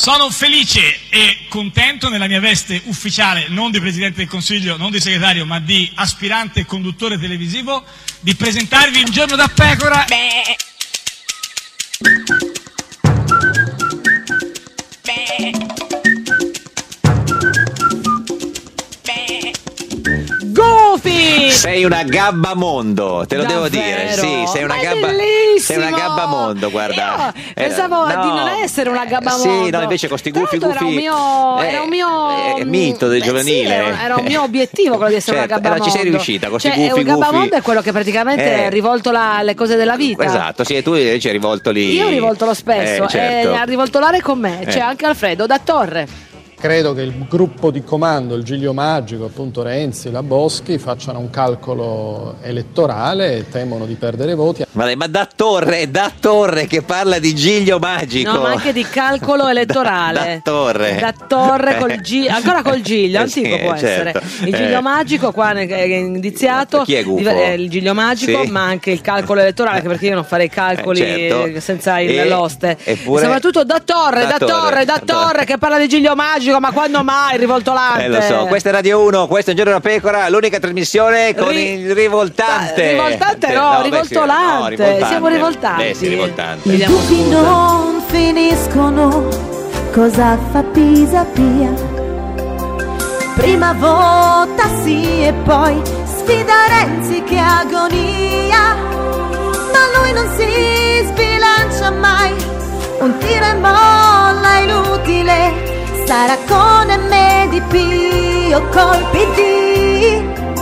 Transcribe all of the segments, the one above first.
Sono felice e contento nella mia veste ufficiale, non di Presidente del Consiglio, non di segretario, ma di aspirante conduttore televisivo, di presentarvi Un giorno da pecora. Goofy! Sei una gabbamondo, te lo Davvero? devo dire. Sì, sei una bellissimo! sei una gabbamondo, guarda. Io pensavo di non essere una gabbamondo. Sì, no, invece con sti Tra gufi l'altro gufi. Era un mio mito del giovanile. Sì, era un mio obiettivo quello di essere Certo, una gabbamondo. ci sei riuscita con sti gufi un gufi. gabbamondo è quello che praticamente rivoltola le cose della vita. Esatto, sì, e tu invece hai rivolto lì. Io rivoltolo spesso certo. e a rivoltolare con me c'è anche Alfredo da Torre. Credo che il gruppo di comando, il Giglio Magico, appunto Renzi, la Boschi, facciano un calcolo elettorale e temono di perdere voti. Ma da Torre che parla di Giglio Magico. No, ma anche di calcolo elettorale. Da Torre col Giglio, ancora col Giglio, antico sì, può certo. essere. Il Giglio Magico qua è indiziato. Chi è gufo? Il Giglio Magico, Sì. ma anche il calcolo elettorale, anche perché io non farei calcoli certo. senza l'oste. Eppure... Soprattutto da Torre che parla di Giglio Magico, ma quando mai rivoltolante? Lo so, questa è Radio 1, questo è Un giorno da pecora, l'unica trasmissione con il rivoltante. Rivoltante no, rivoltolante. Siamo rivoltanti. Sì, rivoltante. I dubbi non finiscono, cosa fa Pisapia? Prima vota sì e poi sfida Renzi, che agonia. Ma lui non si sbilancia mai, un tiro e molla inutile. Sarà con MDP o col PD,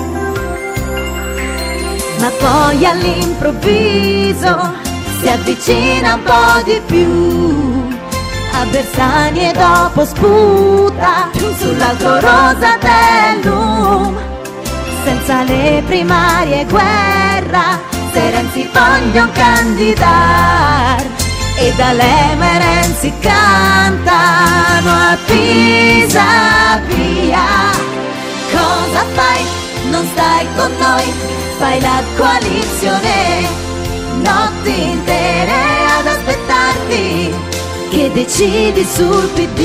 ma poi all'improvviso si avvicina un po' di più a Bersani e dopo sputa sull'altro Rosatellum. Senza le primarie guerra, se Renzi vogliono candidare, e dalle Renzi cantano a Pisa via. Cosa fai? Non stai con noi, fai la coalizione, notti intere ad aspettarti, che decidi sul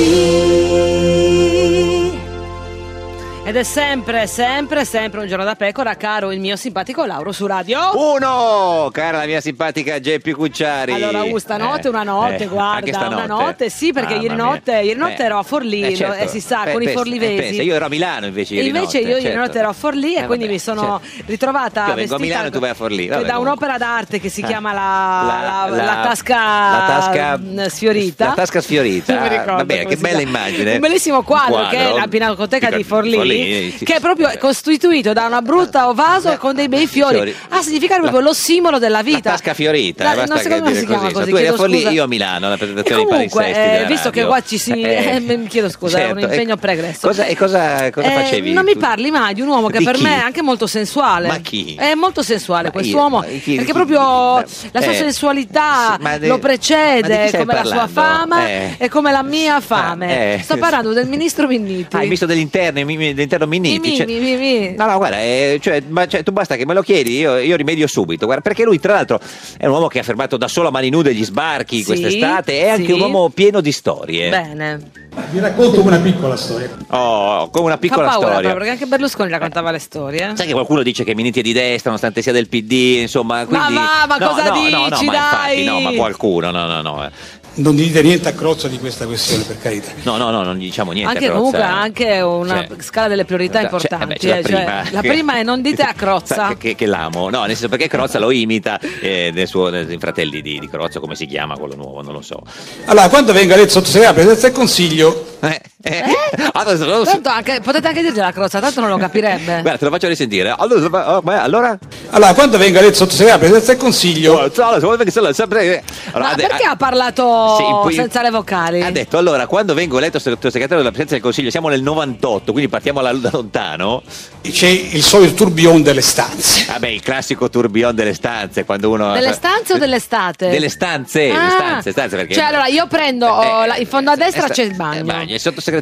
PD. Ed è sempre Un giorno da pecora, caro il mio simpatico Lauro su Radio 1, cara la mia simpatica Geppi Cucciari. Allora, stanotte una notte, guarda, una notte, sì, perché ieri notte ero a Forlì, certo. si sa, con i forlivesi. Io ero a Milano invece ieri notte. Io ieri notte ero a Forlì e quindi mi sono ritrovata io vengo vestita a Milano e tu vai a Forlì. Vabbè, da un'opera d'arte che si chiama la tasca sfiorita. La tasca sfiorita. Non mi ricordo Vabbè, come che si bella chiama. immagine. Un bellissimo quadro che è la Pinacoteca di Forlì, sì. che è proprio costituito da una brutta vaso con dei bei fiori. A significare proprio l'ossimolo della vita. La tasca fiorita, non so come si chiama così. Tu eri a Forlì, io a Milano, la presentazione di comunque, visto che qua ci si chiedo scusa, certo. è un impegno pregresso. Cosa facevi? Non mi parli mai di un uomo che per me è anche molto sensuale. Ma chi? È molto sensuale quest'uomo, perché proprio la sua sensualità lo precede come la sua fame e come la mia fame. Sto parlando del ministro Minniti. Il ministro dell'interno Minniti. No, guarda, tu basta che me lo chiedi, io rimedio subito. Guarda, perché lui, tra l'altro, è un uomo che ha fermato da solo a mani nude gli sbarchi quest'estate. È anche un uomo pieno di storie. Bene. Vi racconto una piccola storia. Oh, come una piccola Fa paura, storia. perché anche Berlusconi raccontava le storie. Sai che qualcuno dice che Minniti è di destra, nonostante sia del PD, insomma. Quindi... Ma cosa dici, no, dai? Infatti, no, ma qualcuno, no. Non dite niente a Crozza di questa questione, per carità. No, non diciamo niente. Anche comunque anche una scala delle priorità importanti. La prima è non dite a Crozza. Che l'amo. No, nel senso, perché Crozza lo imita dei fratelli di Crozza, come si chiama quello nuovo, non lo so. Allora, quando venga eletto sottosegretario Presidenza del Consiglio... Tanto potete anche dirgela a Crozza, tanto non lo capirebbe. Guarda, te lo faccio risentire. Allora? Allora, quando venga eletto sottosegretario Presidenza del Consiglio... Ma perché ha parlato senza le vocali? Ha detto, allora, quando vengo eletto sottosegretario della Presidenza del Consiglio, siamo nel 98, quindi partiamo da lontano. C'è il solito tourbillon delle stanze. Vabbè, il classico tourbillon delle stanze, quando uno... Delle stanze o dell'estate? Delle stanze, stanze, perché... Cioè, allora, io prendo, in fondo a destra c'è il bagno. Il sottosegretario dove lo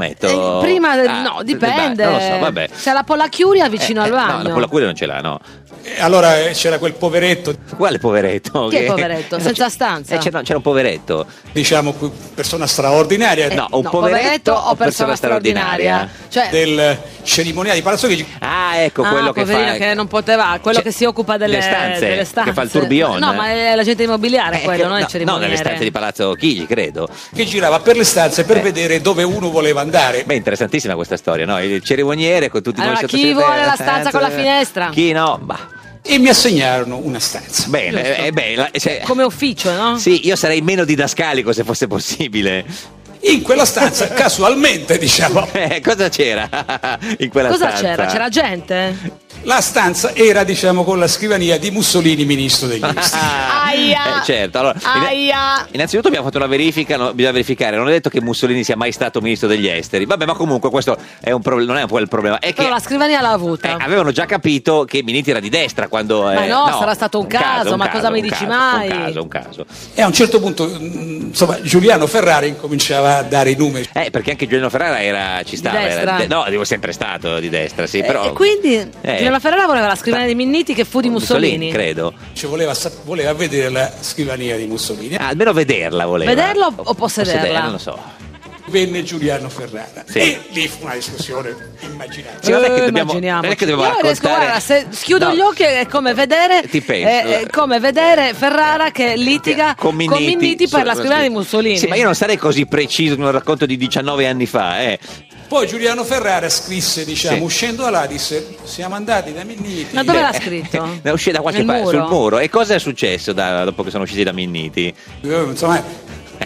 metto? Prima, no, dipende. Non lo so, vabbè. Se la Pollachiuria vicino al bagno. No, la Pollachiuria non ce l'ha, no. Allora c'era quel poveretto. Quale poveretto? Chi è poveretto? Senza stanza? C'era un poveretto. Diciamo, persona straordinaria. No, un poveretto o persona straordinaria? Cioè, del cerimoniale di Palazzo Chigi. Ah, ecco, quello che fa... che non poteva, quello che si occupa delle stanze. Che fa il tourbillon. No, ma è l'agente immobiliare quello, non è il cerimoniere. No, nelle stanze di Palazzo Chigi, credo. Che girava per le stanze per vedere dove uno voleva andare. Beh, interessantissima questa storia, no? Il cerimoniere con tutti noi chi vuole la stanza con la finestra? Chi no? Bah. E mi assegnarono una stanza. Bene, come ufficio, no? Sì, io sarei meno didascalico se fosse possibile. In quella stanza, casualmente, diciamo. Cosa c'era in quella stanza? Cosa c'era? C'era gente? La stanza era, diciamo, con la scrivania di Mussolini, ministro degli esteri. Aia! Certo, allora, innanzitutto abbiamo fatto una verifica, bisogna verificare, non è detto che Mussolini sia mai stato ministro degli esteri, vabbè, ma comunque questo è un non è un po' il problema. È però che la scrivania l'ha avuta. Avevano già capito che Minniti era di destra quando... Ma no, sarà stato un caso, ma cosa mi dici mai? Un caso. E a un certo punto, insomma, Giuliano Ferrara incominciava a dare i numeri. Perché anche Giuliano Ferrara ci stava. Era sempre stato di destra, sì, però... E quindi Giuliano Ferrara voleva la scrivania di Minniti che fu di Mussolini. Credo. Cioè voleva vedere la scrivania di Mussolini. Almeno vederla voleva. Vederla o possederla? Non lo so. Venne Giuliano Ferrara e lì fu una discussione immaginabile. Non è che dobbiamo raccontare. Guarda, se schiudo gli occhi è come vedere come vedere Ferrara che litiga con Minniti per la scrivania di Mussolini. Sì, ma io non sarei così preciso in un racconto di 19 anni fa, Poi Giuliano Ferrara scrisse, diciamo, uscendo da là, disse: siamo andati da Minniti. Ma dove l'ha scritto? È uscito da qualche parte sul muro. E cosa è successo dopo che sono usciti da Minniti? Insomma,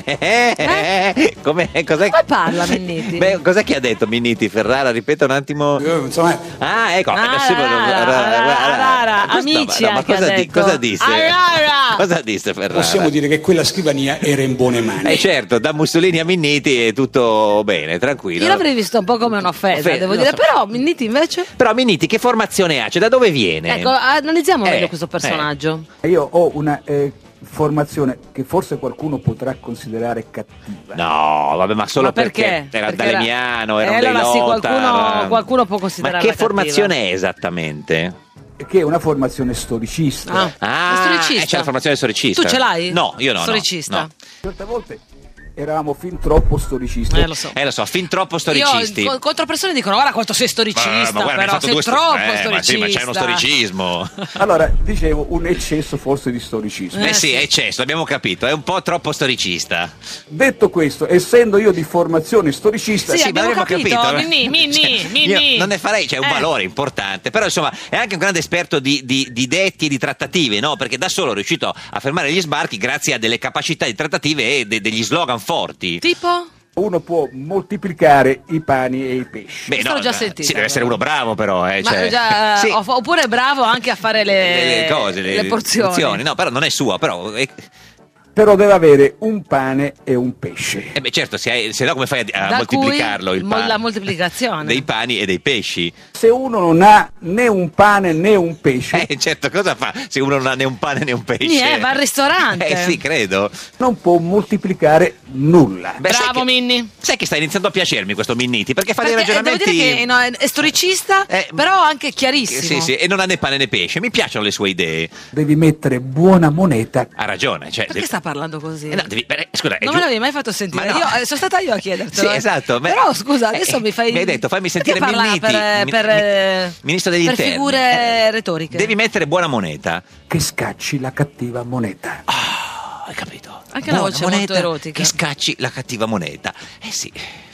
come parla Minniti? Beh, cos'è che ha detto Minniti? Ferrara, ripeta un attimo. Insomma, ecco. Amici, ma cosa disse? Cosa disse Ferrara? Possiamo dire che quella scrivania era in buone mani. Certo, da Mussolini a Minniti è tutto bene, tranquillo. Io l'avrei visto un po' come un'offesa, devo dire. Però Minniti invece? Però Minniti che formazione ha? Cioè, da dove viene? Ecco, analizziamo meglio questo personaggio. Io ho una formazione che forse qualcuno potrà considerare cattiva. No, vabbè, ma solo perché era Dalemiano, era un dei Lothar. Sì, qualcuno può considerarla Ma che cattiva. Formazione è esattamente? Che è una formazione storicista. Storicista. C'è la formazione storicista. Tu ce l'hai? No, io no. Storicista. No. Certe volte eravamo fin troppo storicisti. Lo so, fin troppo storicisti. Io contro persone dicono: guarda quanto sei storicista, ma guarda, però sei troppo storicista. Ma c'è uno storicismo. Allora, dicevo, un eccesso forse di storicismo. Sì, eccesso, abbiamo capito, è un po' troppo storicista. Detto questo, essendo io di formazione storicista, sì, abbiamo capito. Minni. Non ne farei, c'è un valore importante, però insomma è anche un grande esperto di detti e di trattative, no? Perché da solo è riuscito a fermare gli sbarchi grazie a delle capacità di trattative e degli slogan forti. Tipo? Uno può moltiplicare i pani e i pesci. Beh, l'ho già sentito. Sì, deve essere uno bravo però. Sì. Oppure bravo anche a fare le cose, le porzioni. No, però non è sua, però deve avere un pane e un pesce. Certo, se no come fai a moltiplicarlo il pane? La moltiplicazione dei pani e dei pesci. Se uno non ha né un pane né un pesce, certo, cosa fa se uno non ha né un pane né un pesce? Va al ristorante. Sì, credo. Non può moltiplicare nulla. Bravo Minni. Sai che sta iniziando a piacermi questo Minniti, perché fa dei ragionamenti. Devo dire che è storicista, però anche chiarissimo. Sì, e non ha né pane né pesce. Mi piacciono le sue idee. Devi mettere buona moneta. Ha ragione, perché sta parlando così? Scusa, non me l'avevi mai fatto sentire. No. Sono stata io a chiedertelo. Sì, esatto. Però scusa, adesso mi hai detto fammi sentire Minniti per ministro degli interni. Figure retoriche. Devi mettere buona moneta. Che scacci la cattiva moneta. Hai capito? Anche la voce molto erotica. Che scacci la cattiva moneta. Sì.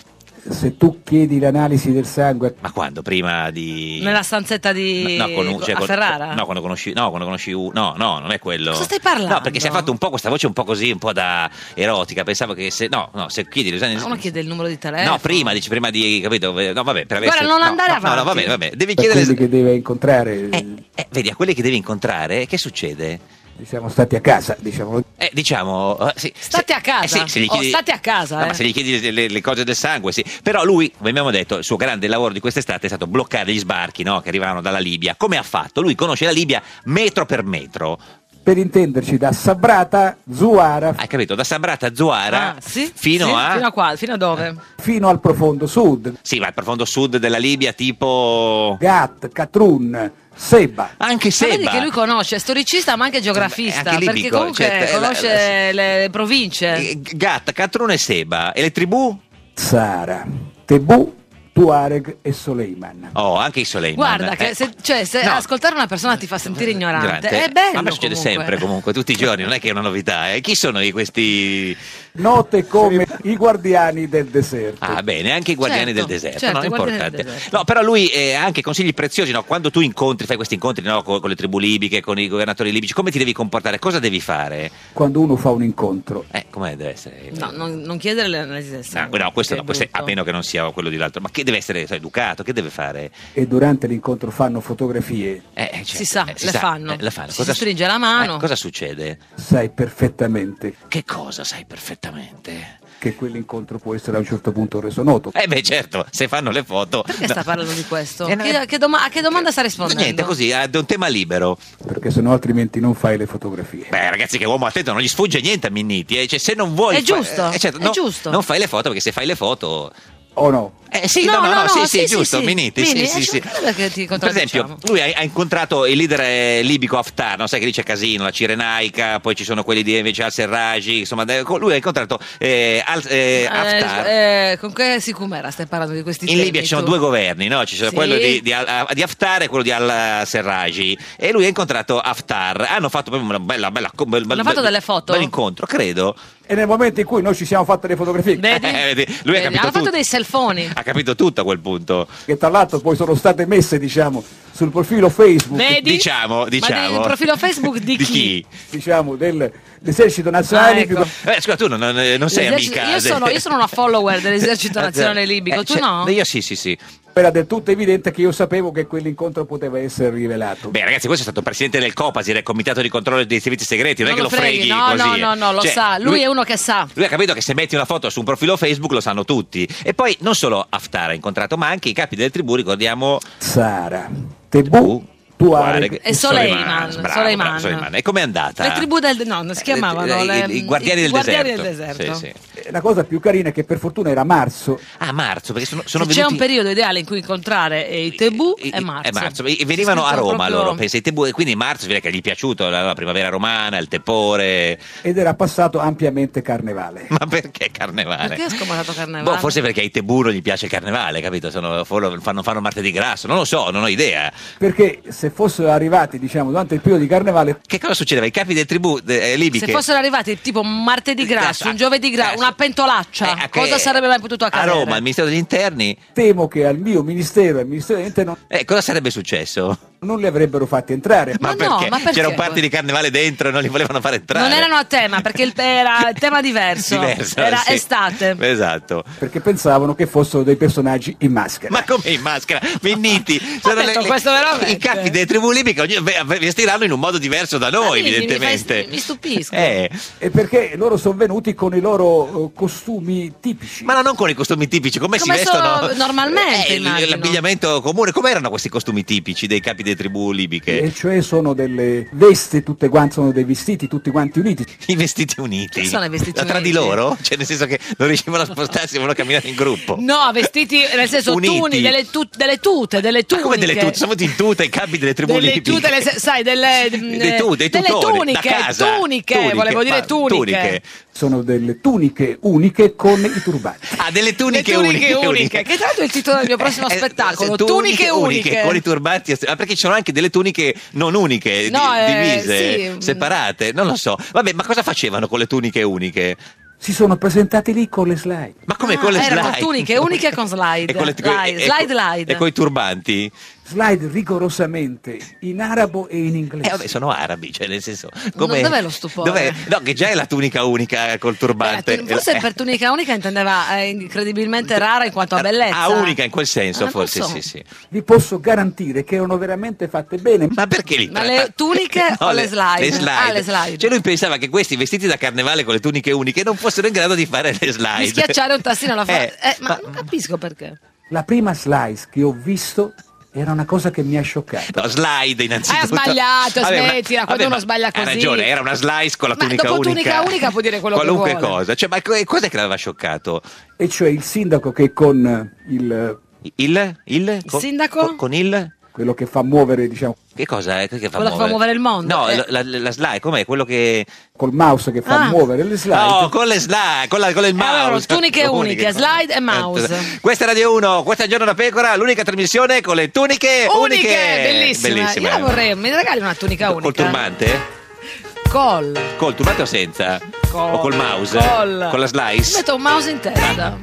Se tu chiedi l'analisi del sangue. Ma quando? Prima di. Nella stanzetta di Ferrara? No, quando conosci. No, non è quello. Cosa stai parlando? No, perché si è fatto un po' questa voce un po' così, un po' da erotica. Pensavo che se chiedi l'esame. Uno chiede il numero di telefono. No, prima di, capito? No, vabbè, per Guarda, non andare avanti. No, va bene. Devi chiedere. A quelli che deve incontrare. Vedi, a quelli che devi incontrare, che succede? Siamo stati a casa, diciamo. Sì. State a casa? Se gli chiedi, state a casa. No, ma se gli chiedi le cose del sangue, sì. Però lui, come abbiamo detto, il suo grande lavoro di quest'estate è stato bloccare gli sbarchi, no? Che arrivavano dalla Libia. Come ha fatto? Lui conosce la Libia metro per metro. Per intenderci, da Sabrata Zuara. Hai capito? Da Sabrata Zuara sì? fino sì? a... Fino a dove? Fino al profondo sud. Sì, ma il profondo sud della Libia, tipo... Gat, Katrun, Seba. Anche Ma Seba. vedi che lui conosce, è storicista ma anche geografista, anche perché libico, comunque cioè, conosce le province. Gat, Katrun e Seba. E le tribù? Sara, Tebu, Tuareg e Soleiman. Oh, anche i Soleiman. Guarda, che se No. ascoltare una persona ti fa sentire ignorante, è bello. Ma a me succede sempre comunque, tutti i giorni, non è che è una novità. Chi sono questi... Note come i guardiani del deserto. Ah, bene, anche i guardiani Certo, del deserto, certo, no, i guardiani importante. del deserto. No, però lui ha anche consigli preziosi, no? Quando tu fai questi incontri, no, con le tribù libiche, con i governatori libici, come ti devi comportare? Cosa devi fare? Quando uno fa un incontro. Come deve essere? No, non chiedere l'analisi del sangue. No, questo no, Che è a meno che non sia quello di l'altro. Ma che deve essere educato? Che deve fare? E durante l'incontro fanno fotografie. Certo, si sa, le fanno. Le fanno. Si stringe la mano. Cosa succede? Sai perfettamente Che cosa sai perfettamente? che quell'incontro può essere a un certo punto reso noto. Beh, certo, se fanno le foto. Perché sta parlando di questo? No. A che domanda sta rispondendo? Niente, così, è un tema libero. Perché sennò altrimenti non fai le fotografie. Beh, ragazzi, che uomo attento, non gli sfugge niente a Minniti. Cioè, se non vuoi. È giusto, certo, è giusto. Non fai le foto, perché se fai le foto. O no? Sì, No, sì, giusto, sì. Minniti, Mini, sì. che ti Per esempio, lui ha incontrato il leader libico Haftar, no? Sai che lì c'è casino, la Cirenaica, poi ci sono quelli di invece al-Serraj, insomma, lui ha incontrato Haftar. Con che sicumera stai parlando di questi In temi? Libia ci sono tu? due governi, no? Ci sono Sì. quello di Haftar e quello di al-Serraj, e lui ha incontrato Haftar. Hanno fatto proprio Hanno fatto delle foto? Bel incontro, credo. E nel momento in cui noi ci siamo fatti le fotografie, Vedi? Lui ha capito Hanno fatto tutto. dei selfoni. Ha capito tutto a quel punto. che tra l'altro poi sono state messe, diciamo, sul profilo Facebook, Vedi? Diciamo. Ma il profilo Facebook di chi? diciamo, dell'Esercito Nazionale ecco. Libico. Scusa, tu non sei amica. Io sono una follower dell'Esercito Nazionale Libico, tu no? Io sì. Era del tutto evidente che io sapevo che quell'incontro poteva essere rivelato. Beh, ragazzi, questo è stato presidente del Copasir, il comitato di controllo dei servizi segreti, non è che lo freghi, freghi così. No, lo Cioè, sa, lui è uno che sa. Lui ha capito che se metti una foto su un profilo Facebook lo sanno tutti. E poi non solo Haftar ha incontrato, ma anche i capi delle tribù, ricordiamo Sara, Tebu, Tuareg E Soleiman. Soleiman. E com'è andata? Le tribù si chiamavano i guardiani del deserto. Sì. La cosa più carina è che per fortuna era marzo. Ah, marzo, perché sono Se venuti... c'è un periodo ideale in cui incontrare i Tebu è marzo. E venivano a Scritto Roma proprio- loro, pensa, i Tebu, e quindi marzo direi che gli è piaciuto la primavera romana, il tepore. Ed era passato ampiamente carnevale. Ma perché carnevale? Perché ha scomodato carnevale? Forse perché ai Tebu non gli piace il carnevale, capito? Fanno martedì grasso, non lo so, non ho idea. Perché se fossero arrivati, diciamo, durante il periodo di carnevale, Che cosa succedeva? I capi delle tribù libiche... Se fossero arrivati tipo martedì grasso, un giovedì grasso, una pentolaccia, cosa sarebbe mai potuto a accadere? Roma, al Ministero degli Interni, temo che al mio ministero e al Ministero dell'Interno cosa sarebbe successo? non li avrebbero fatti entrare. Ma no, ma perché? C'era un party di carnevale dentro e non li volevano fare entrare. Non erano a tema, perché era il tema diverso. Era sì. estate. Esatto. Perché pensavano che fossero dei personaggi in maschera. Ma come in maschera? Minniti. Questo veramente. I capi delle tribù libiche vestiranno in un modo diverso da noi, evidentemente. Mi stupisco. E perché loro sono venuti con i loro costumi tipici. Ma no, non con i costumi tipici, come si vestono normalmente, immagino. l'abbigliamento comune. Come erano questi costumi tipici dei capi delle tribù libiche? E cioè sono delle vesti tutte quanti, sono dei vestiti tutti quanti uniti. I vestiti uniti? Che sono i vestiti tra uniti? di loro? Cioè nel senso che non riuscivano a spostarsi, volevano camminare in gruppo. No, vestiti nel senso Uniti. delle tute. Ma come delle tute? Siamo in tuta i capi delle tribù libiche. Sai, delle tutori, tuniche, da casa. tuniche, volevo dire tuniche. Sono delle tuniche uniche con i turbati. Ah, delle tuniche Le tuniche uniche. uniche. Che tra l'altro è il titolo del mio prossimo spettacolo. Tuniche uniche. Con i turbati. Perché ci sono anche delle tuniche non uniche, No, divise, sì. separate. Non lo so. Vabbè, ma cosa facevano con le tuniche uniche? Si sono presentati lì con le slide. Ma come con le erano slide? tuniche uniche con slide. Slide. E coi turbanti? Slide rigorosamente in arabo e in inglese. Vabbè, sono arabi, cioè nel senso... Dov'è lo stupore? No, che già è la tunica unica col turbante. Forse per tunica unica intendeva incredibilmente rara in quanto a bellezza. Ah, unica in quel senso, non forse, so. sì. Vi posso garantire che erano veramente fatte bene. Ma perché li Ma le tuniche o le slide? Le slide. Ah, le slide. Cioè lui pensava che questi vestiti da carnevale con le tuniche uniche non fossero in grado di fare le slide. Di schiacciare un tastino alla ma non capisco perché. La prima slice che ho visto Era una cosa che mi ha scioccato. No, slide innanzitutto. Hai sbagliato, smettila, quando uno sbaglia così. Hai ragione, era una slice con la tunica dopo unica. tunica unica può dire quello qualunque che vuole. cosa. Cioè, ma cos'è che l'aveva scioccato? E cioè il sindaco che con Il sindaco? Con il... quello che fa muovere, diciamo, Che cosa è? Che fa Quello che fa muovere il mondo. No, la slide, com'è? Quello che... col mouse che fa muovere le slide. No, con le slide, con il mouse. Allora, tuniche uniche, slide e mouse. Questa è Radio 1, questa è Giorno da Pecora, l'unica trasmissione con le tuniche uniche. Bellissima. Io la vorrei, mi regali una tunica unica? Col turbante? Col turbante o senza? O col mouse? Con la slice? Metto un mouse in testa.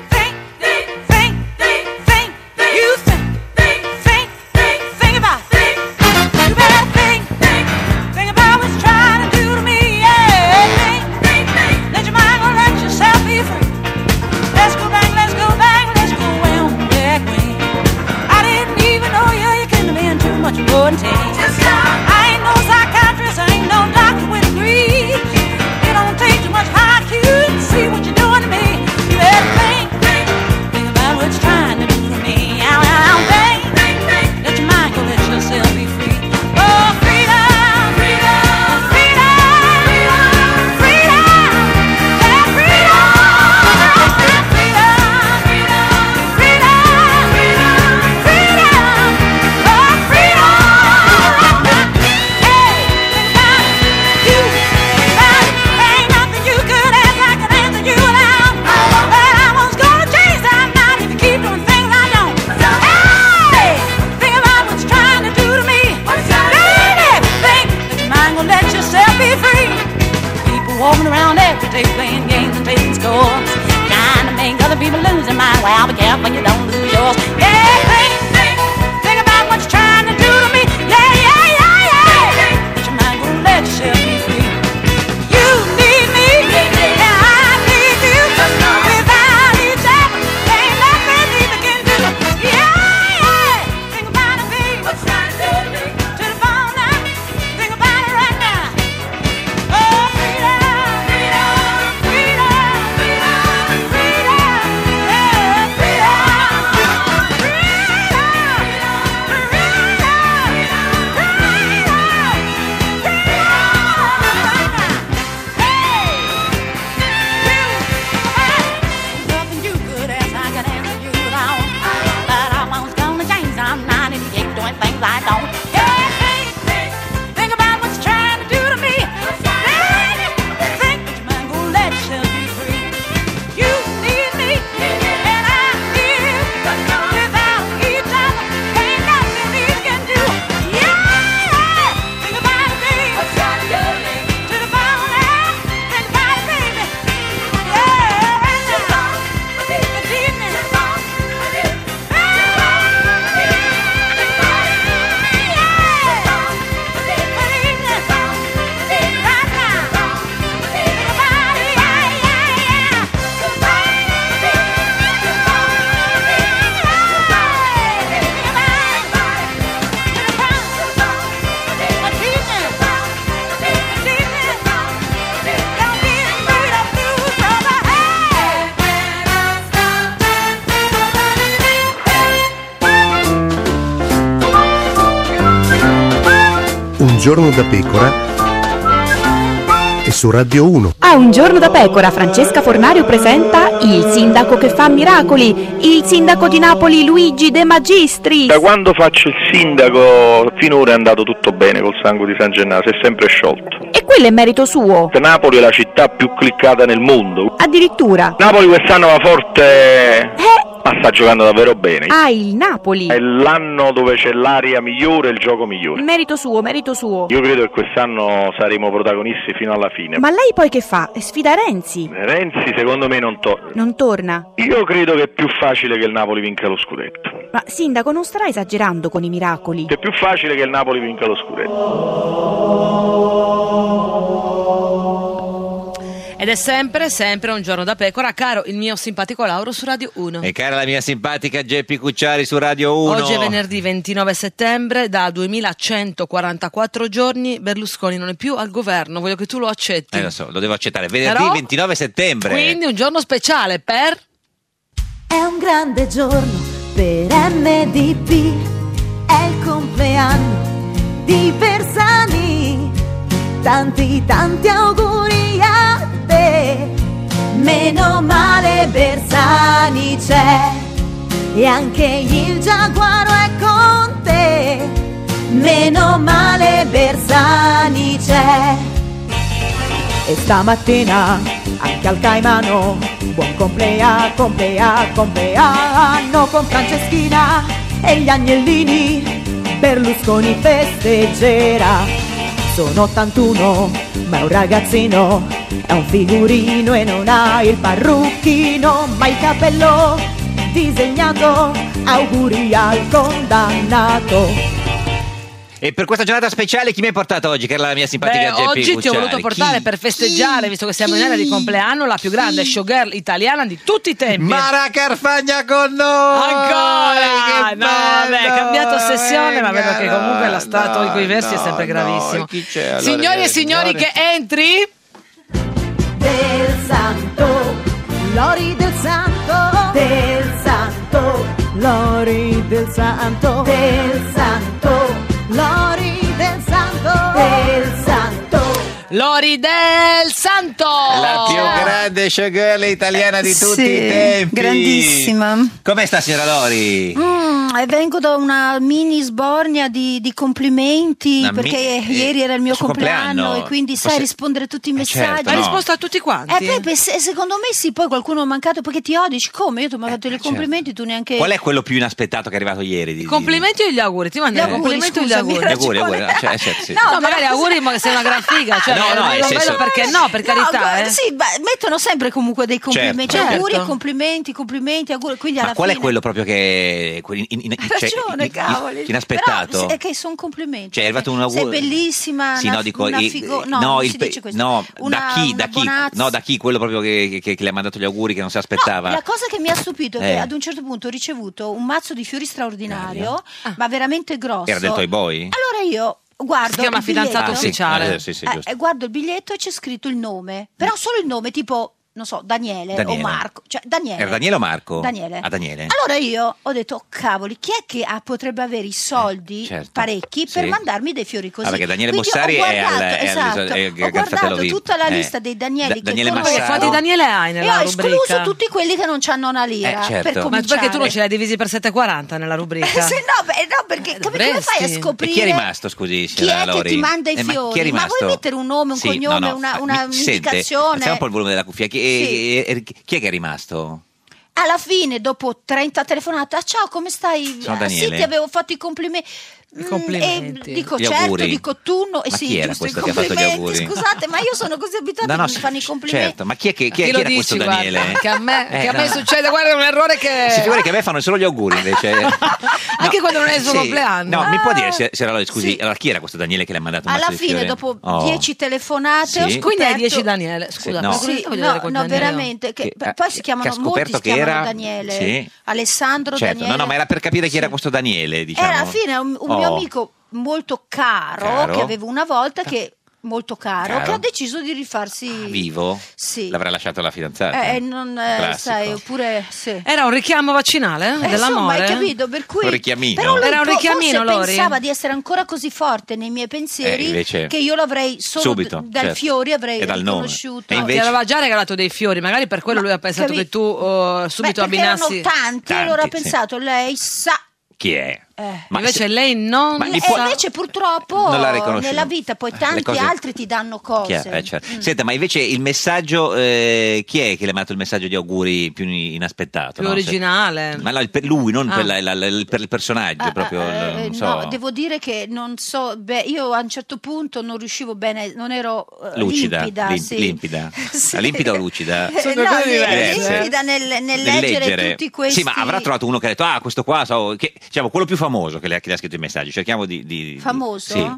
Walking around every day playing games and taking scores, trying to make other people lose their mind. Well, be careful you don't lose yours. Yeah, think about what you're trying to do to me. Yeah. Let your mind go, let yourself be free. You need me, and I need you. Without each other, ain't nothing either can do. Yeah. Think about it, baby. What you trying to do to me? To the phone now. Think about it right now. Oh, freedom. I don't. Think about what you're trying to do to me. Think that your mind gonna let yourself be free. You need me, and I need you. Without each other, ain't nothing we can do. Yeah. Think about it, baby. What you trying to do to me? To the bone now. Think about it, baby. Yeah. This evening. Un giorno da pecora e su Radio 1. A Un giorno da pecora, Francesca Fornario presenta Il sindaco che fa miracoli, il sindaco di Napoli Luigi De Magistris. Da quando faccio il sindaco finora è andato tutto bene col sangue di San Gennaro, si è sempre sciolto. E quello è merito suo. Napoli è la città più cliccata nel mondo. Addirittura. Napoli quest'anno va forte. Ma sta giocando davvero bene. Ah, il Napoli. È l'anno dove c'è l'aria migliore e il gioco migliore. Merito suo, merito suo. Io credo che quest'anno saremo protagonisti fino alla fine. Ma lei poi che fa? Sfida Renzi? Renzi secondo me non torna. Non torna? Io credo che è più facile che il Napoli vinca lo scudetto. Ma sindaco, non starà esagerando con i miracoli? È più facile che il Napoli vinca lo scudetto. Ed è sempre Un giorno da pecora, caro il mio simpatico Lauro su Radio 1. E cara la mia simpatica Geppi Cucciari su Radio 1. Oggi è venerdì 29 settembre, da 2144 giorni Berlusconi non è più al governo, voglio che tu lo accetti. Lo so, lo devo accettare, venerdì 29 settembre. Quindi un giorno speciale per... È un grande giorno per MDP, compleanno di Bersani, tanti auguri a te. Meno male Bersani c'è e anche il giaguaro è con te. Meno male Bersani c'è. E stamattina anche al Caimano buon compleanno con Franceschina e gli agnellini Berlusconi festeggerà. Sono 81 ma è un ragazzino, è un figurino e non ha il parrucchino, ma il capello disegnato, auguri al condannato. E per questa giornata speciale chi mi hai portato oggi, che era la mia simpatica Geppi Oggi Cucciari? ti ho voluto portare per festeggiare, visto che siamo in era di compleanno, la più grande showgirl italiana di tutti i tempi. Mara Carfagna con noi! Ancora! No, vabbè, bello! è cambiato sessione, ma vedo che comunque la stato di quei versi è sempre gravissimo. Chi c'è, allora, Signori e signori, che entri Del santo, Lori del santo, del santo, Lori del santo, del santo, Lori del santo, del santo, Lori del Santo, la più grande showgirl italiana di tutti i tempi. Grandissima. Come sta, signora Lori? Vengo da una mini sbornia di complimenti, perché ieri era il mio compleanno e quindi sai rispondere a tutti i messaggi. Certo, hai risposto a tutti quanti? Secondo me sì, poi qualcuno ha mancato perché ti odi. Come? Io ti ho fatto i complimenti, tu neanche. Qual è quello più inaspettato che è arrivato ieri? Complimenti o gli auguri? Ti mando i complimenti o gli auguri? Gli auguri. Sì. No, magari auguri, ma sei una gran figa. Cioè, no, non vedo perché no, per carità. Sì, mettono sempre comunque dei complimenti, certo. auguri e complimenti, auguri. Quindi alla qual fine... è quello proprio che Hai ragione, cavoli. inaspettato? Però è che sono complimenti. Cioè è arrivato un augurio. Sei bellissima, sì, una, no, dico, una figo... No, non si dice questo. No, una, da chi? No, da chi? Quello proprio che le ha mandato gli auguri, che non si aspettava. No, la cosa che mi ha stupito è che ad un certo punto ho ricevuto un mazzo di fiori straordinario, ma veramente grosso. Era del Toy Boy? Allora io guardo si chiama il fidanzato biglietto, ufficiale. Sì, guardo il biglietto e c'è scritto il nome, però solo il nome, tipo non so, Daniele o Marco, cioè Daniele. Era Daniele o Marco? Daniele. Daniele. Allora io ho detto, oh, cavoli, chi è che potrebbe avere i soldi parecchi per mandarmi dei fiori così? Perché Daniele quindi Bossari ho guardato tutta la lista dei Danieli Daniele che Massaro. Quanti Daniele hai nella rubrica? E ho escluso tutti quelli che non c'hanno una lira per cominciare. Ma perché tu non ce l'hai divisi per 7,40 nella rubrica? No, perché come fai a scoprire? E chi è rimasto, scusi, chi è Lori? che ti manda i fiori? Ma vuoi mettere un nome, un cognome, una indicazione? Alziamo un po' il volume della cuffia. Chi è che è rimasto? Alla fine, dopo 30 telefonate, ciao, come stai? Sono Daniele. Sì, ti avevo fatto i complimenti. Complimenti. Dico Gli certo, auguri. dico tu no. Ma Sì, chi era giusto, questo i che ha fatto gli complimenti. auguri? Scusate, ma io sono così abituata che mi fanno i complimenti. Certo, ma chi era dici, questo Daniele? Guarda, che a me succede, guarda, è un errore che... Si figuri che a me fanno solo gli auguri invece. Anche quando non è il suo compleanno. No, mi può dire, scusi, allora chi era questo Daniele che le ha mandato un alla mazzo di fine, fiori? dopo 10 telefonate, ho scoperto... Quindi hai 10 Daniele, scusa. No, veramente, poi si chiamano, molti si chiamano Daniele. Sì. Alessandro, certo. Daniele. No, ma era per capire chi era questo Daniele, diciamo. Era alla fine un mio amico molto caro che avevo una volta, che che ha deciso di rifarsi vivo. Sì. L'avrà lasciato la fidanzata. Sai, oppure sì. Era un richiamo vaccinale dell'amore. Insomma, hai capito, per cui un richiamino. Però lui era un richiamino, forse Lori. pensava di essere ancora così forte nei miei pensieri invece... che io l'avrei solo subito, dal fiori avrei e dal riconosciuto. E invece... Ti aveva già regalato dei fiori, magari per quello lui ha pensato che tu subito abbinassi. Erano tanti, allora ha pensato, lei sa chi è. Ma invece lei non invece purtroppo non l'ha riconosciuto. nella vita poi tanti altri ti danno cose. Certo. Senta, ma invece il messaggio chi è che le ha mandato il messaggio di auguri più inaspettato? Più originale. Ma no, per lui, non per il personaggio proprio. Non so. No, devo dire che non so, io a un certo punto non riuscivo bene, non ero limpida. Limpida. Limpida o lucida? Sono due cose diverse. Limpida nel leggere tutti questi. Sì, ma avrà trovato uno che ha detto questo qua, diciamo quello più famoso che le ha scritto i messaggi. Cerchiamo di famoso? Sì.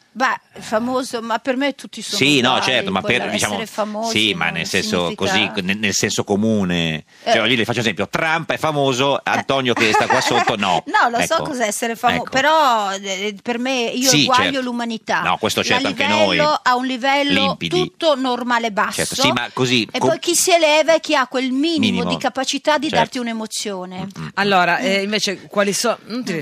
Famoso, ma per me tutti sono sì, uguali, no, certo, ma per essere famosi, sì, ma nel senso significa... così, nel senso comune. Cioè, io le faccio esempio, Trump è famoso, Antonio che sta qua sotto no. No, lo ecco. so cos'è essere famoso, Ecco. però per me io sì, eguaglio certo. l'umanità. No, questo certo, anche noi. A un livello limpidi. tutto normale basso. Certo, sì, ma così, e poi chi si eleva è chi ha quel minimo di capacità di certo. darti un'emozione. Allora, invece quali sono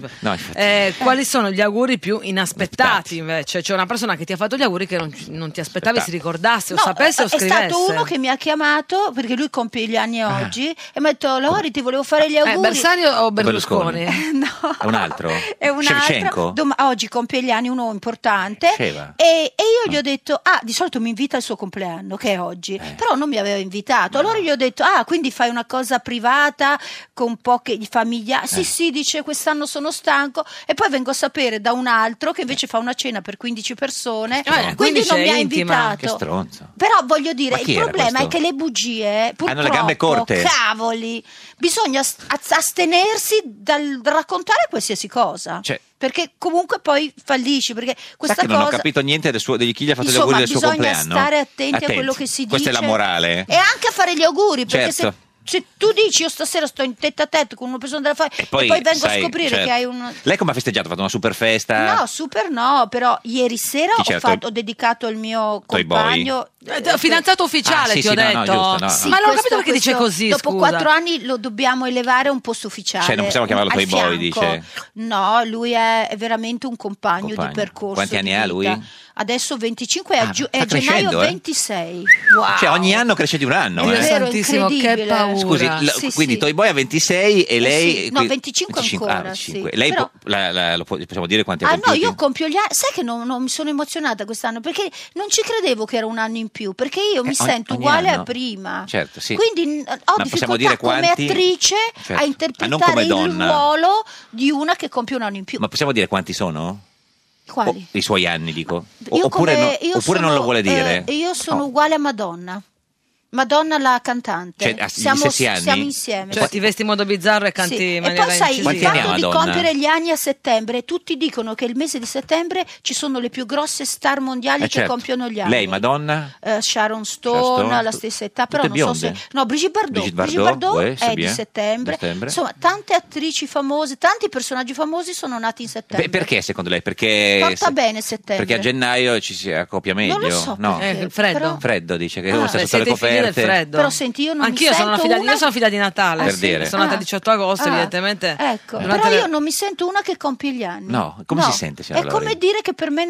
quali sono gli auguri più inaspettati invece? C'è una persona che ti ha fatto gli auguri che non ti aspettavi si ricordasse o sapesse o scrivesse. È stato uno che mi ha chiamato perché lui compie gli anni oggi e mi ha detto Lori ti volevo fare gli auguri. Bersani o Berlusconi? No, è un altro. È un altro. Oggi compie gli anni uno importante e io gli ho detto di solito mi invita al suo compleanno che è oggi, però non mi aveva invitato. Allora gli ho detto quindi fai una cosa privata con pochi familiari. Sì, dice quest'anno sono stanco e poi vengo a sapere da un altro che invece fa una cena per 15 persone, quindi non mi ha invitato. Che stronzo. Però voglio dire, il problema è che le bugie purtroppo, hanno le gambe corte. Cavoli, bisogna astenersi dal raccontare qualsiasi cosa. Perché comunque poi fallisci, perché questa cosa... non ho capito niente di chi gli ha fatto gli auguri del suo compleanno. Bisogna stare attenti a quello che si dice. Questa è la morale. E anche a fare gli auguri, perché certo. se tu dici io stasera sto in tête a tête con una persona della famiglia e poi vengo a scoprire che hai un... Lei come ha festeggiato? Ha fatto una super festa? No, super no, però ieri sera ho dedicato il mio compagno... fidanzato ufficiale ti ho detto. Giusto, sì, ma non ho capito perché dice così. Dopo 4 anni lo dobbiamo elevare a un posto ufficiale. Cioè non possiamo chiamarlo Toy Boy, dice. No, lui è veramente un compagno di percorso. Quanti anni ha lui? Adesso 25 e a gennaio 26. Wow. Cioè ogni anno cresce di un anno. È vero, santissimo, che paura. Scusi, quindi Toy Boy ha 26 e lei... No, 25 ancora, sì. Lei però... possiamo dire quanti ha compiuti? No, io compio gli anni. Sai che non mi sono emozionata quest'anno perché non ci credevo che era un anno in più, perché io mi sento uguale a prima. Certo, sì. Quindi ho difficoltà come attrice a interpretare il ruolo di una che compie un anno in più. Ma possiamo dire quanti sono? Quali? I suoi anni, dico. Oppure non lo vuole dire? Io sono uguale a Madonna. Madonna la cantante, siamo insieme. Cioè ti vesti in modo bizzarro e canti in maniera incisiva. E poi sai, il fatto di Madonna? compiere gli anni a settembre, tutti dicono che il mese di settembre ci sono le più grosse star mondiali che compiono gli anni. Lei, Madonna? Sharon Stone, alla stessa età, però non so se... No, Brigitte Bardot è di settembre. Insomma, tante attrici famose, tanti personaggi famosi sono nati in settembre. Perché secondo lei? Perché porta bene settembre. Perché a gennaio ci si accoppia meglio? Non lo so. No. Il freddo. Freddo dice che sta sotto le coperte. Del freddo. Però senti, io non anch'io mi sono sento io sono figlia di Natale, per dire. Sono nata il 18 agosto, evidentemente. Ecco, però io non mi sento una che compie gli anni. No, come si sente, signora È come dire che per me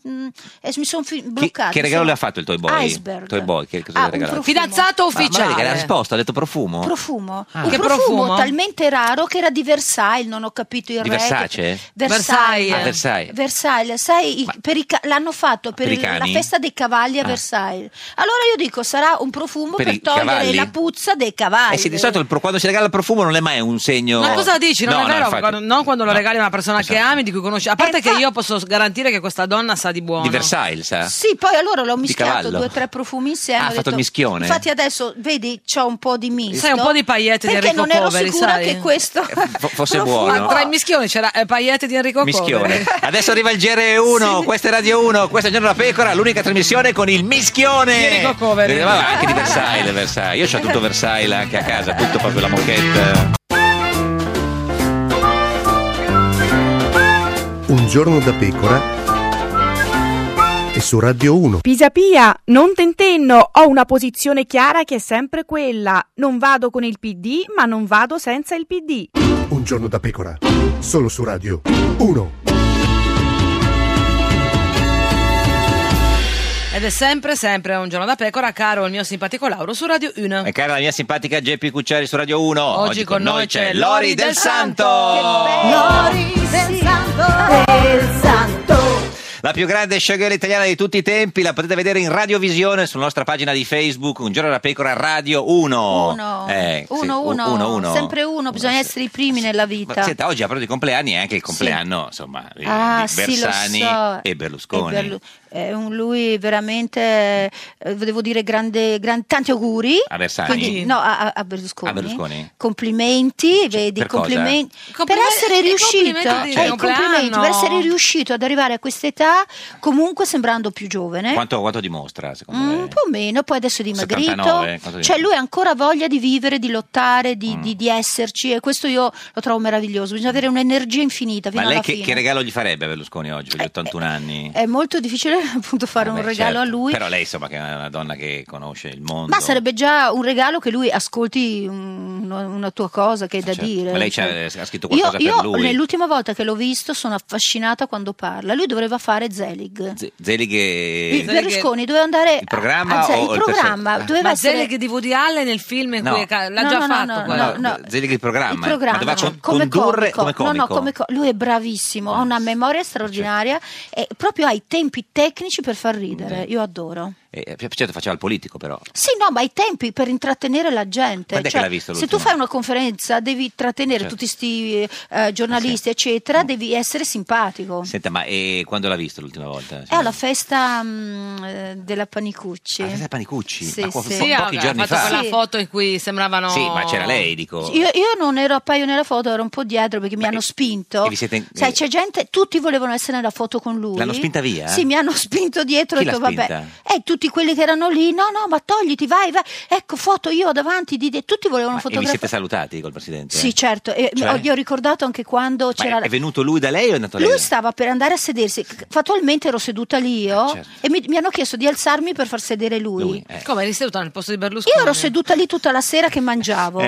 mi sono bloccata. Che regalo le ha fatto il Toy Boy? Iceberg. Toy Boy, che cosa le ha regalato? Fidanzato ufficiale. Ma la risposta, ha detto profumo. Profumo. Che profumo talmente raro che era di Versailles, non ho capito il Di Versace? Versailles, sai, l'hanno fatto per la festa dei cavalli a Versailles. Allora io dico, sarà un profumo per togliere la puzza dei cavalli. Sì, di solito quando si regala il profumo non è mai un segno. Ma cosa dici? Non è vero, infatti. non quando lo regali a una persona che ami, di cui conosci. A parte che io posso garantire che questa donna sa di buono. Di Versailles, sa? Sì, poi allora l'ho mischiato 2 o 3 profumi insieme. Ha fatto il mischione. Infatti adesso vedi, c'ho un po' di misto. Sai, un po' di paillette di Enrico Poveri, perché non ero sicura che questo fosse buono. Tra i mischioni c'era paillette di Enrico Poveri. Adesso arriva il GR1, questa è Radio 1, questa è Giorno da Pecora, l'unica trasmissione con il mischione di Enrico Poveri. Anche di Versailles. Io c'ho tutto Versailles anche a casa, tutto proprio la moquette. Un giorno da pecora e su Radio 1. Pisapia, non tentenno, ho una posizione chiara che è sempre quella. Non vado con il PD, ma non vado senza il PD. Un giorno da pecora, solo su Radio 1. Ed è sempre un giorno da pecora, caro il mio simpatico Lauro su Radio 1. E cara la mia simpatica Geppi Cucciari su Radio 1. Oggi con noi c'è Lori del Santo. Lori del Santo. La più grande showgirl italiana di tutti i tempi, la potete vedere in radiovisione sulla nostra pagina di Facebook, Un giorno da pecora Radio 1. Uno. Sempre uno, bisogna essere i primi nella vita. Ma, senta, oggi a proposito di compleanni è anche il compleanno, insomma, di Bersani e Berlusconi. Lui veramente, devo dire, tanti auguri. A Bersani? Quindi, no, a Berlusconi. Complimenti, vedi, complimenti. Per essere riuscito ad arrivare a quest'età, comunque sembrando più giovane. Quanto dimostra, secondo me? Un po' meno, poi adesso è dimagrito. 79, cioè lui ha ancora voglia di vivere, di lottare, di esserci, e questo io lo trovo meraviglioso. Bisogna avere un'energia infinita fino Ma lei alla fine. che regalo gli farebbe a Berlusconi oggi, per gli 81 anni? È molto difficile appunto fare un regalo a lui. Però lei, insomma, che è una donna che conosce il mondo. Ma sarebbe già un regalo che lui ascolti una tua cosa che hai da dire. Ma lei ha scritto qualcosa per lui? Io l'ultima volta che l'ho visto sono affascinata quando parla. Lui doveva fare Zelig. Berlusconi doveva andare il programma il programma doveva essere Zelig di Woody Allen nel film in cui l'ha già fatto. Zelig il programma. Ma doveva condurre come comico. Lui è bravissimo, ha una memoria straordinaria e proprio ha i tempi tecnici per far ridere. Io adoro. Certo, faceva il politico, però. Sì, no, ma i tempi per intrattenere la gente. Quando è che l'ha visto se tu fai una conferenza devi trattenere tutti questi giornalisti, eccetera, devi essere simpatico. Senta, ma quando l'ha visto l'ultima volta? È alla festa della Panicucci. La festa Panicucci? Sì, pochi giorni fa. Ha fatto quella foto in cui sembravano... Sì, ma c'era lei, dico. Io non ero appaio nella foto, ero un po' dietro perché mi hanno spinto. Sai, c'è gente, tutti volevano essere nella foto con lui. L'hanno spinta via? Sì, mi hanno spinto dietro. Chi e l'ha vabbè. spinta? Tutti quelli che erano lì, no, ma togliti, vai, ecco, foto io davanti, tutti volevano E vi fotografare. siete salutati col Presidente? Sì, certo, gli ho ricordato anche quando c'era... È venuto lui da lei o è andato lei? Lui stava per andare a sedersi, fattualmente ero seduta lì io, e mi hanno chiesto di alzarmi per far sedere lui. Come eri seduta nel posto di Berlusconi? Io ero seduta lì tutta la sera che mangiavo.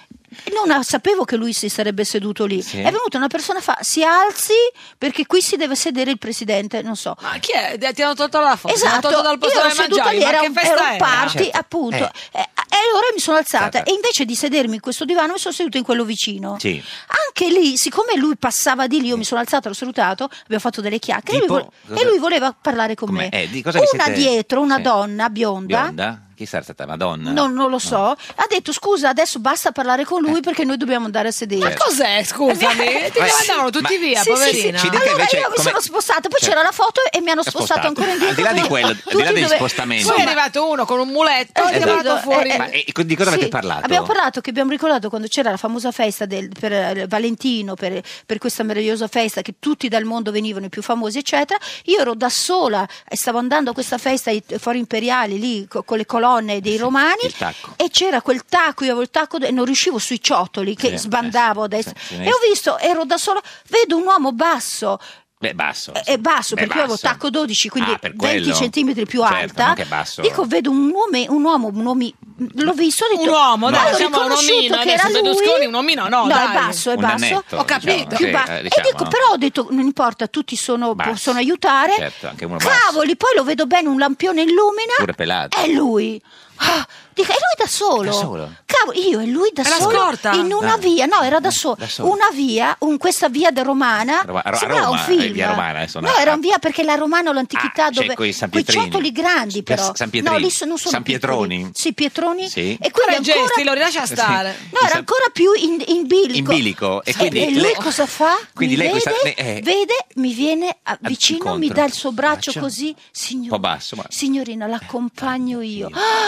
Non sapevo che lui si sarebbe seduto lì. È venuta una persona si alzi perché qui si deve sedere il presidente, non so. Ma chi è? Ti hanno tolto la foto? Esatto, Ti hanno tolto dal posto io ero dove seduta mangiavi? lì, Ma era che un festa party, era? appunto. E allora mi sono alzata e invece di sedermi in questo divano mi sono seduta in quello vicino. Sì. Anche lì, siccome lui passava di lì, io mi sono alzata, l'ho salutato, abbiamo fatto delle chiacchiere e lui voleva parlare con me. Una dietro, una donna bionda. Chi sarà stata? Madonna? Non lo so. Ha detto scusa, adesso basta parlare con lui perché noi dobbiamo andare a sedere. Ma cos'è? Scusami, ti mandavano tutti via, poverina. Sì. Allora io mi sono spostata, poi c'era la foto e mi hanno spostato ancora indietro. Al di là di quello, al di là degli spostamenti. Poi è arrivato uno con un muletto e ti ha tirato fuori. Ma di cosa avete parlato? Abbiamo ricordato quando c'era la famosa festa per Valentino, per questa meravigliosa festa che tutti dal mondo venivano, i più famosi, eccetera. Io ero da sola e stavo andando a questa festa ai Fori Imperiali lì con le colonne dei romani e c'era quel tacco, io avevo il tacco e non riuscivo sui ciottoli che sbandavo a destra e ho visto, ero da sola, vedo un uomo basso. Basso. È basso perché io avevo tacco 12, quindi 20 centimetri più alta. Dico, vedo un uomo, l'ho visto, ho detto, un uomo, dai, diciamo un omino, che era Berlusconi, un omino, no, dai. È basso. Annetto, ho capito. E dico, però ho detto, non importa, tutti possono aiutare. Certo, anche uno cavoli, poi lo vedo bene, un lampione illumina. Pure pelato. È lui. Dico, è lui da solo. Cavolo, io e lui da solo scorta? in una via, no, era da solo. Una via, questa via da Romana, sembrava un film. Via Romana, no, era un via perché la Romana l'antichità dove quei ciottoli grandi però. San Pietrini. No, lì non sono San Pietroni. Piccoli. Sì, Pietroni. Sì. E quindi gesti, lo rilascia stare. No, era ancora più in bilico. E quindi e lui cosa fa? Quindi mi lei vede, mi viene vicino, incontro. mi dà il suo braccio così, un po' basso, ma... signorina, l'accompagno io.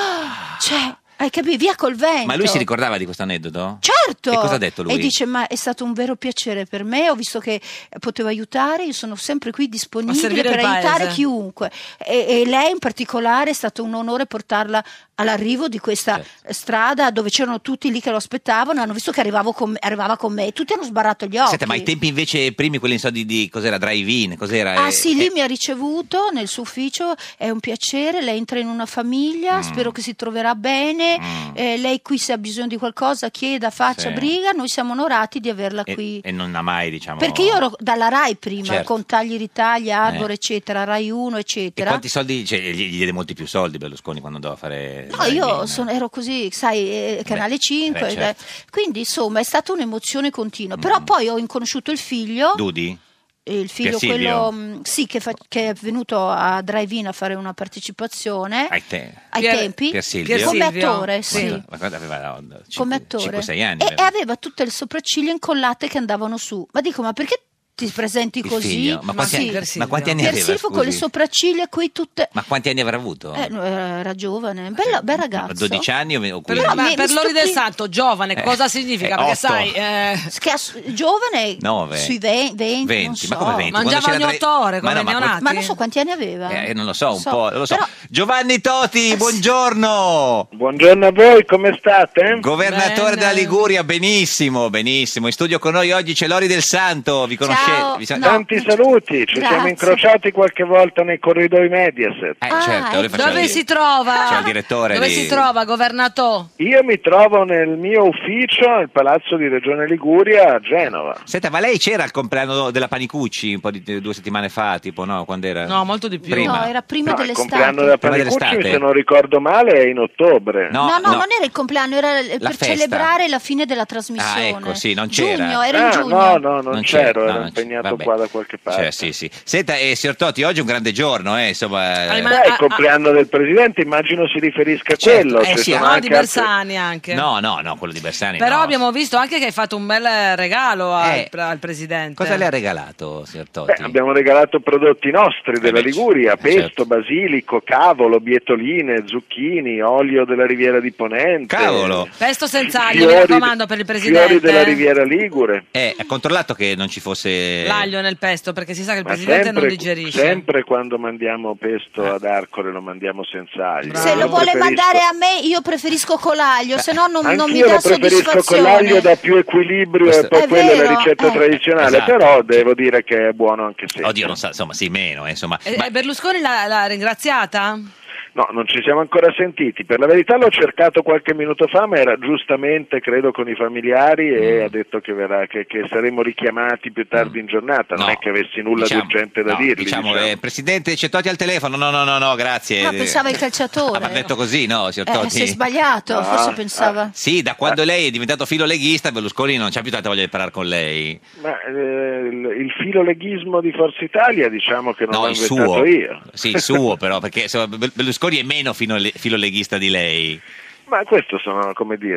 Cioè, hai capito? Via col vento. Ma lui si ricordava di questo aneddoto? Certo! E cosa ha detto lui? E dice, ma è stato un vero piacere per me, ho visto che potevo aiutare, io sono sempre qui disponibile per aiutare chiunque. E lei in particolare è stato un onore portarla all'arrivo di questa strada dove c'erano tutti lì che lo aspettavano, hanno visto che arrivava con me, tutti hanno sbarrato gli occhi. Senta, ma i tempi invece primi, quelli di cos'era, drive-in, cos'era? Sì, lì mi ha ricevuto nel suo ufficio, è un piacere, lei entra in una famiglia, spero che si troverà bene, lei qui se ha bisogno di qualcosa chieda, faccia, briga, noi siamo onorati di averla qui. E non ha mai, diciamo... Perché io ero dalla Rai prima, con Tagli Ritagli, Arbor, eccetera, Rai 1, eccetera. E quanti soldi, cioè, gli diede molti più soldi Berlusconi quando doveva fare... No, io ero così, sai, Canale 5, certo. Quindi insomma è stata un'emozione continua. Però poi ho inconosciuto il figlio. Dudi? Il figlio, quello che è venuto a Drive-In a fare una partecipazione ai tempi come attore, come attore 5-6 anni e aveva tutte le sopracciglia incollate che andavano su. Ma dico, ma perché ti presenti Il così. figlio. Ma quanti anni Pier aveva? Silvio con le Scusi? sopracciglia qui tutte. Ma quanti anni avrà avuto? Era giovane, bel ragazzo. 12 anni o 15? Però, per Lori del Santo, giovane, cosa significa? Perché 8. sai, giovane 9. sui 20, 20, non so. ma come 20? mangiava Quando ogni 8 ore come Ma no, i neonati. Ma non so quanti anni aveva. non lo so, un po', non lo so. Però- Giovanni Toti, buongiorno! Buongiorno a voi, come state? Governatore della Liguria, benissimo, benissimo. In studio con noi oggi c'è Lori del Santo, vi conoscete? Tanti saluti, ci siamo incrociati qualche volta nei corridoi Mediaset. Certo, noi facciamo Dove si trova? C'è il direttore Dove di- si trova, governatore? Io mi trovo nel mio ufficio al Palazzo di Regione Liguria a Genova. Senta, ma lei c'era al compleanno della Panicucci un po' di 2 settimane fa, tipo, no? Quando era? No, molto di più. Prima. No, era prima Il dell'estate. compleanno della Prima Panicucci, dell'estate? se non ricordo male, è in ottobre. No, non era il compleanno, era per festa. celebrare la fine della trasmissione. Ecco, sì, non c'era. Giugno, era in giugno. No, non c'ero, no, ero non impegnato vabbè. qua da qualche parte. Cioè, sì. Senta, signor Totti, oggi è un grande giorno, insomma. Il compleanno del Presidente immagino si riferisca a quello. sì, sono No, anche di Bersani anche. No, quello di Bersani Però no. abbiamo visto anche che hai fatto un bel regalo al Presidente. Cosa le ha regalato, signor Totti? Abbiamo regalato prodotti nostri della Liguria, pesto, certo. basilico, cavolo, bietoline, zucchini, olio della Riviera di Ponente. Cavolo! Pesto senza aglio, mi raccomando, per il Presidente. Fiori della Riviera Ligure. Ha controllato che non ci fosse L'aglio nel pesto, perché si sa che il Ma Presidente non digerisce. sempre quando mandiamo pesto ad Arcore lo mandiamo senza aglio. Se lo Io vuole preferisco- mandare a me, io preferisco con l'aglio, se no non mi Anch'io dà lo preferisco con soddisfazione. l'aglio, dà più equilibrio e poi È quella è la vero, ricetta tradizionale, Esatto. però devo dire che è buono anche se. Oddio, non sa, insomma, sì, meno, insomma. E Berlusconi l'ha ringraziata? No, non ci siamo ancora sentiti. Per la verità l'ho cercato qualche minuto fa, ma era giustamente, credo, con i familiari e ha detto che saremo richiamati più tardi in giornata. Non è che avessi nulla di urgente da dirgli. Diciamo, Presidente, c'è Totti al telefono? No, grazie. Ma pensava il calciatore. Ma ha detto così, no, signor Totti? Si è sbagliato, forse pensava. Sì, da quando lei è diventato filoleghista, Berlusconi non c'ha più tanta voglia di parlare con lei. Ma il filoleghismo di Forza Italia, diciamo che non l'ho il inventato suo. io. Sì, il suo però, perché insomma, Berlusconi è meno filoleghista di lei. Ma questo sono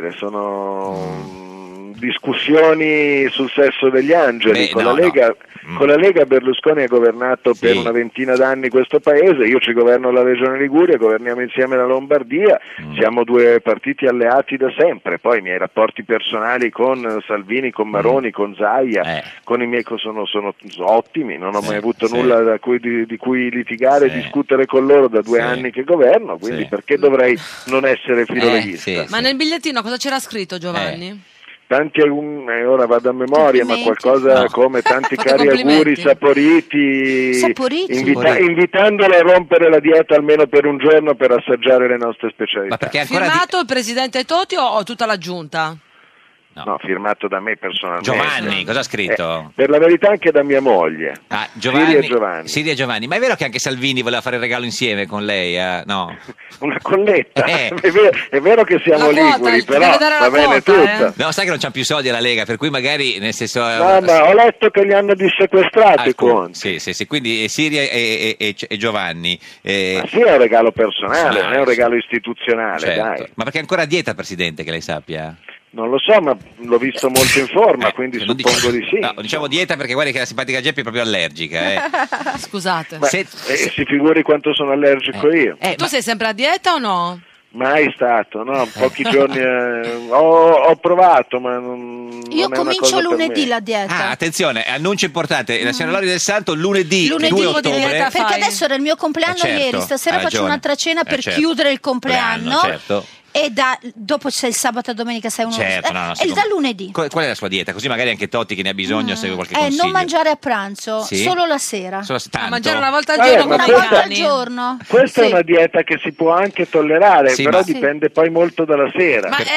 discussioni sul sesso degli angeli. Con la Lega Berlusconi ha governato per una ventina d'anni questo paese, io ci governo la Regione Liguria, governiamo insieme la Lombardia, siamo due partiti alleati da sempre, poi i miei rapporti personali con Salvini, con Maroni, con Zaia, con i miei sono ottimi, non ho mai avuto nulla di cui litigare, discutere con loro da 2 anni che governo, quindi perché dovrei non essere filoleghista? Ma nel bigliettino cosa c'era scritto, Giovanni? Tanti ora vado a memoria, ma qualcosa come tanti cari auguri saporiti, invitandolo a rompere la dieta almeno per un giorno per assaggiare le nostre specialità. Firmato il Presidente Toti o tutta la Giunta? No, firmato da me personalmente. Giovanni, cosa ha scritto? Per la verità anche da mia moglie. Siria e Giovanni. Ma è vero che anche Salvini voleva fare il regalo insieme con lei? No. Una colletta. È vero che siamo liguri, però va bene tutto. No, sai che non c'ha più soldi alla Lega, per cui magari nel senso. No, ma ho letto che li hanno dissequestrati i conti. Sì, quindi Siria e Giovanni. Ma sì, è un regalo personale, non è un regalo istituzionale, certo. dai. Ma perché è ancora a dieta, Presidente, che lei sappia? Non lo so, ma l'ho visto molto in forma, quindi suppongo di sì. No, diciamo dieta perché guardi che la simpatica Geppi è proprio allergica. Scusate. Si figuri quanto sono allergico io. Tu sei sempre a dieta o no? Mai stato, no? Pochi giorni ho provato, ma non. Io comincio lunedì la dieta. Attenzione, annuncio importante, la signora Lori del Santo lunedì 2 ottobre. Perché adesso era il mio compleanno ieri, stasera faccio un'altra cena per chiudere il compleanno. Certo. E dopo c'è il sabato e domenica sei uno certo, e da lunedì. Qual è la sua dieta? Così magari anche Totti che ne ha bisogno segue qualche consiglio. Non mangiare a pranzo, solo la sera. Mangiare una volta al giorno come una volta al giorno. Questa è una dieta che si può anche tollerare, però dipende poi molto dalla sera. Ma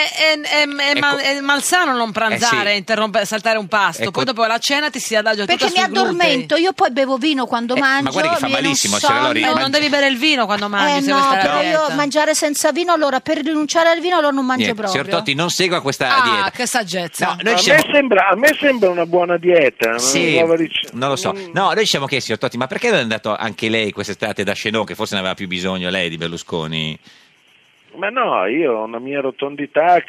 è malsano non pranzare, saltare un pasto, poi dopo la cena ti si adagia tutta perché sul mi addormento, io poi bevo vino quando mangio. Ma guardi che fa malissimo, signora Lori. Non devi bere il vino quando mangi, se vuoi stare a dieta. Io mangiare senza vino, allora per rinunciare al vino allora non mangio proprio. Signor Totti, non segua questa dieta. Che saggezza. No, a me sembra una buona dieta. Non lo so. No, noi ci siamo chiesti, signor Totti, ma perché non è andato anche lei quest'estate da Chenot, che forse ne aveva più bisogno lei di Berlusconi? Ma no, io ho una mia rotondità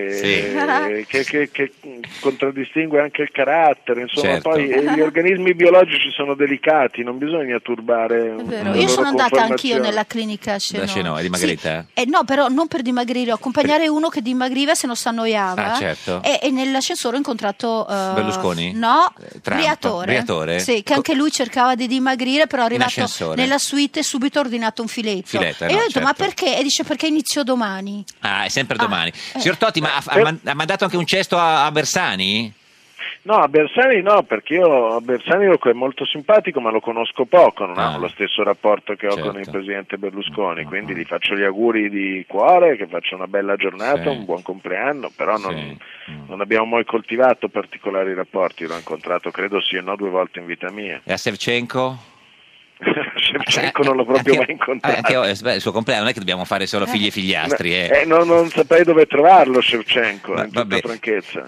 che contraddistingue anche il carattere, insomma, Certo. poi gli organismi biologici sono delicati, non bisogna turbare. È vero, io sono andata anch'io nella clinica Sceno, è dimagrita? Sì. No, però non per dimagrire, accompagnare uno che dimagriva se non si annoiava. Ah, certo. E nell'ascensore ho incontrato Berlusconi? No, Trump. Briatore? Sì, che anche lui cercava di dimagrire, però è arrivato ascensore? nella suite e subito ha ordinato un filetto. E io ho detto, ma perché? E dice, perché inizio domani. Ah, è sempre domani. Signor Totti, ma ha mandato anche un cesto a Bersani? No, a Bersani no, perché io a Bersani è molto simpatico, ma lo conosco poco, non ha lo stesso rapporto che ho con il presidente Berlusconi, quindi gli faccio gli auguri di cuore, che faccia una bella giornata, un buon compleanno, però non abbiamo mai coltivato particolari rapporti, l'ho incontrato credo 2 volte in vita mia. E a Shevchenko? Shevchenko non l'ho proprio mai incontrato. Il suo compleanno non è che dobbiamo fare solo figli e figliastri. Non saprei dove trovarlo Shevchenko, in tutta franchezza.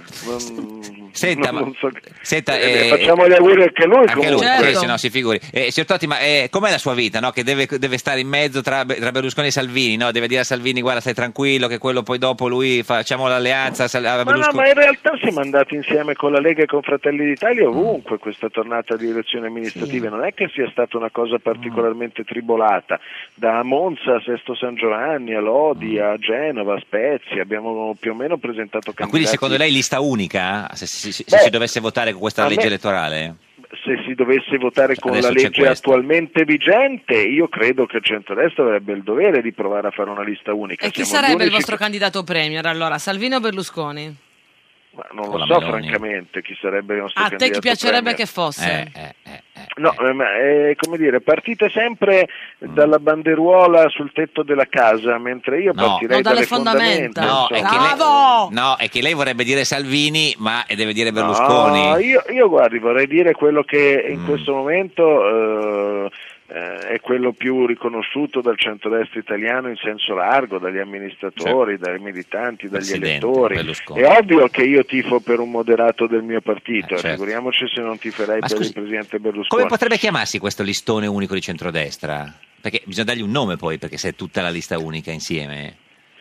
Senta, facciamo gli auguri anche a lui. Anche lui, se no si figuri. Signor Totti, ma com'è la sua vita, no? Che deve stare in mezzo tra Berlusconi e Salvini, no? Deve dire a Salvini, guarda, stai tranquillo, che quello poi dopo lui facciamo l'alleanza. Ma in realtà siamo andati insieme con la Lega e con Fratelli d'Italia ovunque questa tornata di elezioni amministrative, non è che sia stata una cosa particolarmente tribolata. Da Monza a Sesto San Giovanni, a Lodi, a Genova, a Spezia, abbiamo più o meno presentato candidati. Ma quindi secondo lei lista unica? Se si dovesse votare con questa legge elettorale? Se si dovesse votare con la legge attualmente vigente, io credo che il centrodestra avrebbe il dovere di provare a fare una lista unica. E chi sarebbe il vostro candidato premier allora? Salvini o Berlusconi? Ma non lo so francamente chi sarebbe il nostro candidato. A te chi piacerebbe premier. che fosse? No, ma come dire, partite sempre dalla banderuola sul tetto della casa, mentre io partirei dalle fondamenta. No, è che lei vorrebbe dire Salvini, ma deve dire Berlusconi. No, io guardi, vorrei dire quello che in questo momento è quello più riconosciuto dal centrodestra italiano in senso largo, dagli amministratori, dai militanti, dagli elettori. Berlusconi. È ovvio che io tifo per un moderato del mio partito, figuriamoci se non tiferei per il presidente Berlusconi. Come potrebbe chiamarsi questo listone unico di centrodestra? Perché bisogna dargli un nome poi, perché se è tutta la lista unica insieme.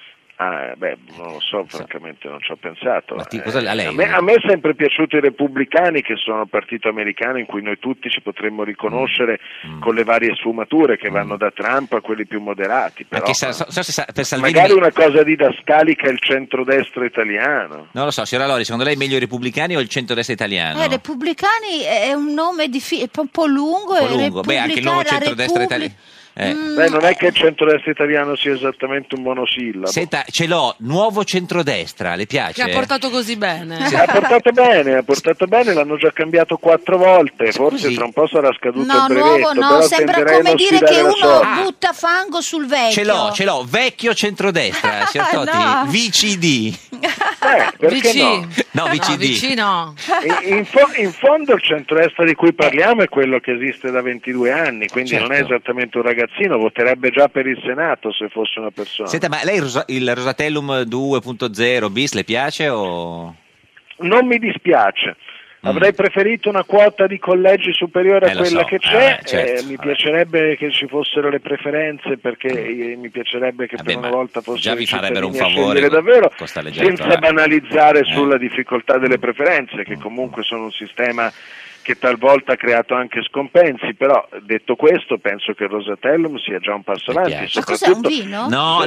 Non lo so, francamente non ci ho pensato. A lei? A me è sempre piaciuto i repubblicani, che sono partito americano in cui noi tutti ci potremmo riconoscere con le varie sfumature che vanno da Trump a quelli più moderati. Però, per Salvini magari una cosa didascalica il centrodestra italiano. Non lo so, signora Lori, secondo lei meglio i repubblicani o il centrodestra italiano? Repubblicani è un nome è un po' lungo. Anche il nuovo centrodestra italiano. Non è che il centrodestra italiano sia esattamente un monosillabo. Senta, ce l'ho, nuovo centrodestra, le piace? Che ha portato così bene. Ha portato bene, l'hanno già cambiato 4 volte, forse tra un po' sarà scaduto il brevetto. Nuovo sembra come dire che uno butta fango sul vecchio. Ce l'ho, vecchio centrodestra, signor Totti, VCD. Perché no? No, VCD. VC no. In fondo il centrodestra di cui parliamo è quello che esiste da 22 anni, quindi non è esattamente un ragazzino, voterebbe già per il Senato se fosse una persona. Senta, ma lei il Rosatellum 2.0 bis le piace o? Non mi dispiace. Avrei preferito una quota di collegi superiore a quella che c'è, mi piacerebbe che ci fossero le preferenze, perché mi piacerebbe che per una volta fossero già vi farebbero un a favore davvero, con sta legge senza elettorale. banalizzare sulla difficoltà delle preferenze, che comunque sono un sistema che talvolta ha creato anche scompensi, però detto questo penso che il Rosatellum sia già un passo avanti. Ma cos'è, un vino? No,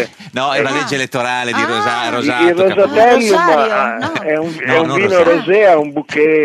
è una legge elettorale di Rosato. Il Rosatellum è un vino rosé, ha un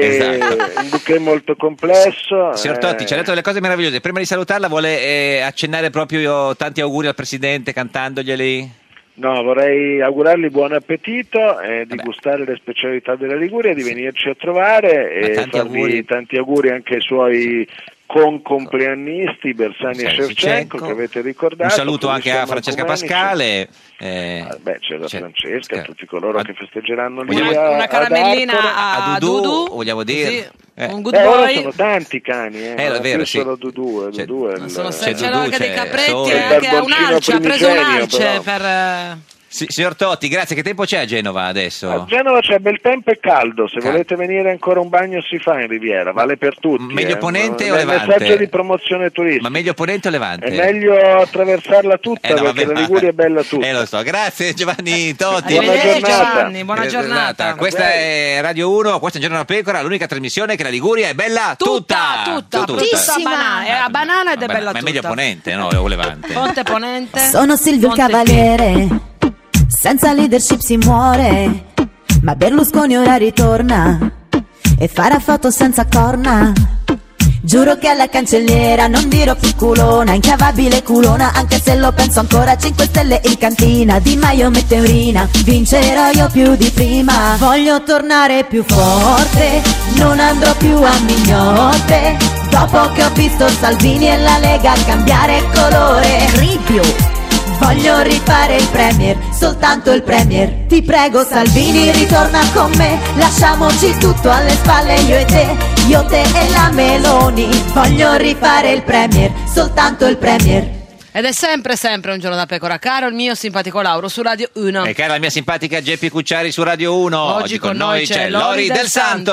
bouquet molto complesso. Signor Totti, ci ha detto delle cose meravigliose. Prima di salutarla vuole accennare proprio tanti auguri al Presidente cantandoglieli? No, vorrei augurargli buon appetito, di gustare le specialità della Liguria, di venirci a trovare e fargli tanti auguri anche ai suoi compleannisti Bersani e Shevchenko che avete ricordato. Un saluto anche a Francesca Pascale. C'è la Francesca, tutti coloro che festeggeranno lì una caramellina a Dudu, vogliamo dire. Un good boy. Sono tanti cani, è vero, sì. Solo Dudu, C'è anche dei capretti, anche un alce, ha preso un alce per Signor Totti, grazie. Che tempo c'è a Genova adesso? A Genova c'è bel tempo e caldo, se volete venire ancora un bagno si fa in Riviera, vale per tutti. Meglio ponente o levante? Messaggio di promozione turistica. Ma meglio ponente o levante? È meglio attraversarla tutta perché la Liguria è bella tutta. Lo so, grazie Giovanni Totti. Buona giornata. Giovanni, buona giornata. Questa è Radio 1, questo è Un Giorno da Pecora, l'unica trasmissione che la Liguria è bella tutta. Tutta banana, è a banana ed è bella tutta. Ma è meglio ponente, no? O levante. Ponente. Sono Silvio il Cavaliere, senza leadership si muore, ma Berlusconi ora ritorna e farà foto senza corna. Giuro che alla cancelliera non dirò più culona, incavabile culona, anche se lo penso ancora. 5 stelle in cantina, Di Maio mette urina, vincerò io più di prima. Voglio tornare più forte, non andrò più a mignotte, dopo che ho visto Salvini e la Lega cambiare colore. Ripio. Voglio rifare il premier, soltanto il premier. Ti prego Salvini, ritorna con me, lasciamoci tutto alle spalle, io te e la Meloni. Voglio rifare il premier, soltanto il premier. Ed è sempre Un Giorno da Pecora, caro il mio simpatico Lauro su Radio 1. E cara la mia simpatica Geppi Cucciari su Radio 1. Oggi con noi c'è Lori del Santo.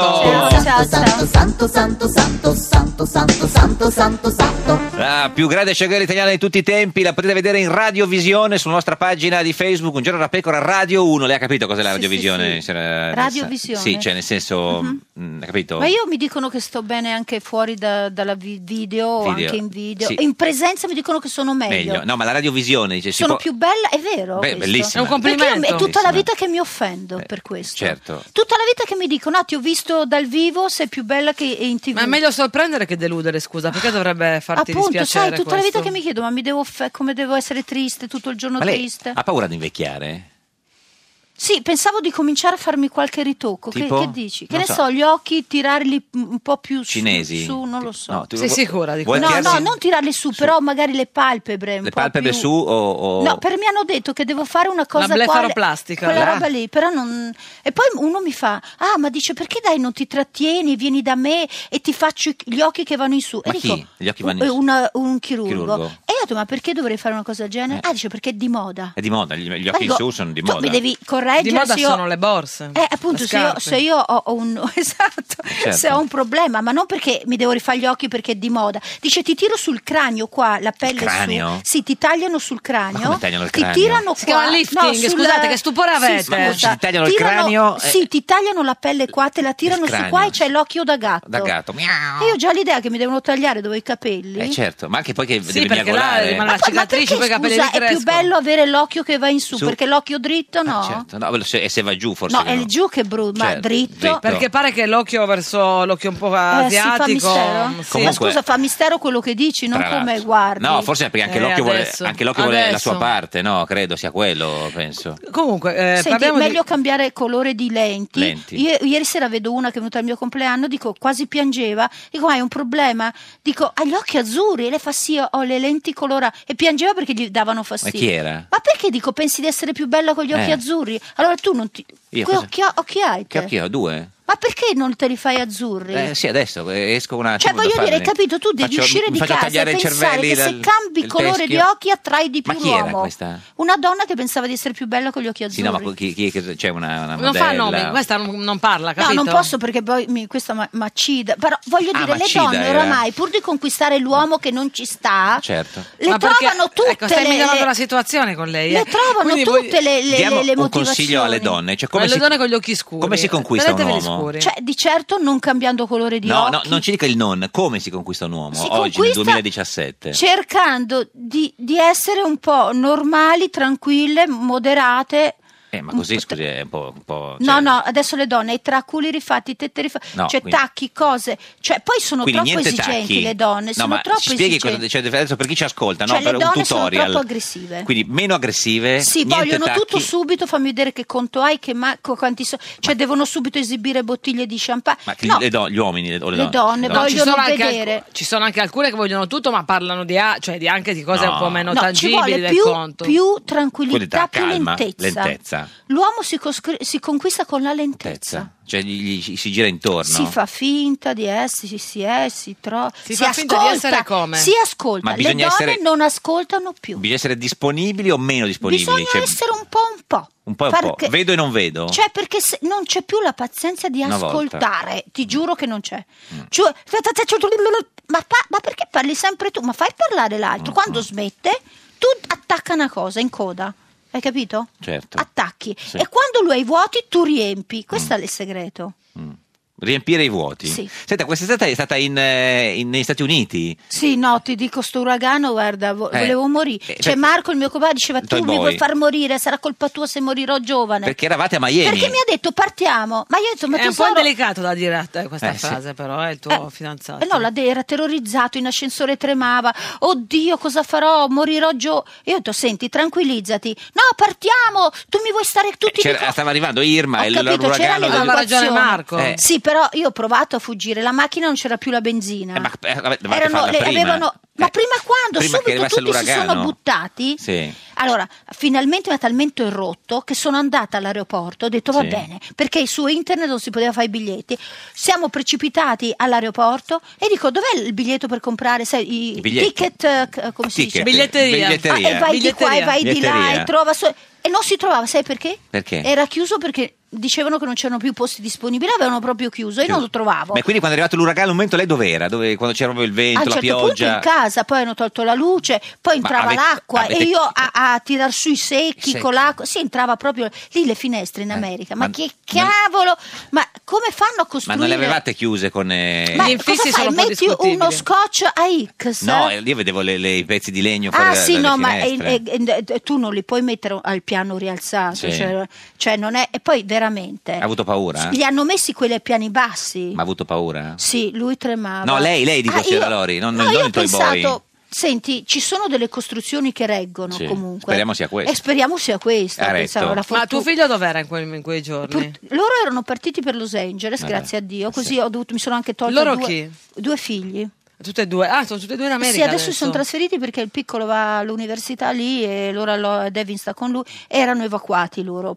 Santo. La più grande showgirl italiana di tutti i tempi, la potete vedere in radiovisione sulla nostra pagina di Facebook, Un Giorno da Pecora Radio 1. Lei ha capito cos'è la radiovisione? Sì. Radiovisione? Sì, cioè nel senso, ha capito? Ma io mi dicono che sto bene anche fuori dalla video, anche in video. Sì. In presenza mi dicono che sono meglio. No, ma la radiovisione dice, sono più bella, è vero? Beh, bellissima. È un complimento. Perché è tutta la vita che mi offendo per questo. Certo. Tutta la vita che mi dicono, ti ho visto dal vivo, sei più bella che in TV. Ma è meglio sorprendere che deludere, scusa, perché dovrebbe farti appunto, dispiacere sai, tutta la vita questo? che mi chiedo, ma come devo essere triste tutto il giorno Ma lei triste? ha paura di invecchiare? Sì, pensavo di cominciare a farmi qualche ritocco. Tipo? Che dici? Che Non ne so. so, gli occhi tirarli un po' più Cinesi? su, non lo so. No, tu- Sei sicura di vuoi questo? No, non tirarli su, però magari le palpebre un Le po' palpebre più... su o... No, per me hanno detto che devo fare una cosa La blefaroplastica. quella Là. roba lì, però non... E poi uno mi fa, ma dice, perché dai non ti trattieni, vieni da me e ti faccio gli occhi che vanno in su. Ma e chi? dico, Gli occhi vanno in su? un chirurgo. Chirurgo. E io ho detto, ma perché dovrei fare una cosa del genere? Dice, perché è di moda. È di moda, gli occhi Ma in dico, su sono di tu moda. mi devi correggere Di moda se io... sono le borse. Appunto, le se scarpe. io ho un esatto, Certo. se ho un problema, ma non perché mi devo rifare gli occhi perché è di moda. Dice, ti tiro sul cranio qua, la pelle cranio? su. Sì, ti tagliano sul cranio. Ma come tagliano il ti cranio? tirano Si qua. chiama lifting, scusate, che stupore avete? Sì, Ma scusa, ci tagliano il cranio? Sì, ti tagliano la pelle qua, te la tirano su cranio. qua e c'è l'occhio da gatto. Da gatto. Miau. E io ho già l'idea che mi devono tagliare dove ho i capelli. Certo, ma anche poi che Sì, deve perché là miagolare. rimane la cicatrice, poi i capelli Scusa, è più ricrescono. bello avere l'occhio che va in su, Su. perché l'occhio dritto no. Certo, no, e se va giù forse No, che è il giù che è brutto, ma Certo, dritto. Perché pare che l'occhio verso l'occhio un po' asiatico. Si fa mistero? sì. Ma Comunque- scusa, fa mistero quello che dici, non Tra come l'altro. guardi. No, forse è perché anche l'occhio vuole, adesso. anche l'occhio vuole la Adesso. sua parte, no? Credo sia quello, penso. Comunque, Senti, parliamo meglio di... cambiare colore di lenti. Lenti. Ieri sera vedo una che è venuta al mio compleanno, dico, quasi piangeva. Dico, hai un problema? Dico, hai gli occhi azzurri? E lei fa, sì, ho le lenti colorate. E piangeva perché gli davano Ma fastidio. chi era? Ma perché dico, pensi di essere più bella con gli occhi azzurri? Allora tu non ti... Io Che cosa- occhi hai te? Che occhi ho? Due? Ma perché non te li fai azzurri? Sì, adesso esco un attimo. Cioè, voglio da dire, hai farli. capito? Tu devi uscire mi di faccio casa e tagliare i pensare cervelli che se dal- cambi del colore di teschio. occhi attrai di più Ma chi era l'uomo. questa? Una donna che pensava di essere più bella con gli occhi azzurri. Sì, no, ma c'è una Non fa modella. nomi, questa non parla, capito? No, non posso perché poi questa m'accida. Però voglio dire, le m'accida donne era. oramai, pur di conquistare l'uomo che non ci sta, Certo. le Ma perché- trovano tutte ecco, stai le... migliorando la situazione con lei. Le trovano Quindi tutte le Diamo motivazioni. un consiglio alle donne. Cioè, come le si, donne con gli occhi scuri. come si conquista un Tenetevi uomo? scuri. Cioè, di certo non cambiando colore di No, occhi. no, non ci dica il non. Come si conquista un uomo Si oggi nel conquista 2017? cercando di essere un po' normali, tranquille, moderate. Ma così, scusi, è un po'... No, cioè- no, adesso le donne, i traculi rifatti, tette rifatti, No, cioè quindi- tacchi, cose, cioè poi sono Quindi troppo niente esigenti tacchi. le donne, No, sono ma troppo ci spieghi esigenti. cosa, cioè, adesso per chi ci ascolta, Cioè, no? Per le un donne sono tutorial. troppo aggressive. Quindi meno aggressive, Sì, niente vogliono tacchi. tutto subito, fammi vedere che conto hai, che quanti cioè devono subito esibire bottiglie di champagne. Ma No, gli uomini o le donne No, vogliono vedere. ci sono anche alcune che vogliono tutto, ma parlano cioè anche di cose No. un po' meno No, ci tangibili vuole del più, conto. più tranquillità, Quindi più calma, lentezza. L'uomo si conquista con la lentezza. Cioè gli si gira intorno. Si fa finta di essere, si fa ascolta, finta di essere come? Si ascolta. Ma Le donne non ascoltano più. Bisogna essere disponibili o meno disponibili? Bisogna essere un po'. Un po'. Vedo e non vedo. Cioè, perché non c'è più la pazienza di ascoltare. Ti giuro che non c'è. Cioè, ma perché parli sempre tu? Ma fai parlare l'altro. Quando smette, tu attacca una cosa in coda. Hai capito? Certo. Attacchi. Sì. E quando lui ha i vuoti, tu riempi. Questo è il segreto. Riempire i vuoti. Sì. Senta, quest'estate è stata negli Stati Uniti. Sì, no, ti dico, sto uragano, guarda, volevo morire. Cioè Marco, il mio compagno, diceva tu mi vuoi far morire, sarà colpa tua se morirò giovane. Perché eravate a Miami. Perché mi ha detto partiamo. Ma io ho detto, ma è un po' delicato da dire a te questa frase, però è il tuo fidanzato. No, era terrorizzato, in ascensore tremava. Oddio, cosa farò? Morirò io ho detto, senti, tranquillizzati. No, partiamo, tu mi vuoi stare tutti stava arrivando Irma e l'uragano. Aveva ragione Marco. Sì, però io ho provato a fuggire, la macchina non c'era più la benzina. Ma prima quando? Subito tutti si sono buttati. Sì. Allora, finalmente mi ha talmente rotto che sono andata all'aeroporto, ho detto va bene, perché su internet non si poteva fare i biglietti. Siamo precipitati all'aeroporto e dico, dov'è il biglietto per comprare, sai, i ticket, come si dice? Biglietteria. E vai di qua e vai di là e trova e non si trovava, sai perché? Perché? Era chiuso perché dicevano che non c'erano più posti disponibili, avevano proprio chiuso e non lo trovavo. Ma quindi quando è arrivato l'uragano, al momento lei dov'era? Quando c'era proprio il vento, la pioggia? A un certo punto in casa, poi hanno tolto la luce, poi entrava l'acqua e io a tirar su i secchi con l'acqua, entrava proprio lì le finestre in America. Ma che cavolo, ma come fanno a costruire? Ma non le avevate chiuse con ma gli infissi sono un po' metti uno scotch a X? No, io vedevo i pezzi di legno fuori ma tu non li puoi mettere al piano rialzato, cioè non è, e poi veramente ha avuto paura? Li hanno messi quelli ai piani bassi. Ma ha avuto paura? Sì, lui tremava. No, lei dico signora Lori, non il Toy Boy. Senti, ci sono delle costruzioni che reggono comunque. Speriamo sia questa. E speriamo sia questa. Ma tuo figlio dov'era in quei giorni? Loro erano partiti per Los Angeles, grazie a Dio, così mi sono anche tolto loro chi? Due figli. Tutte e due? Sono tutte e due in America. Sì, adesso sono trasferiti perché il piccolo va all'università lì e Devin sta con lui. Erano evacuati loro.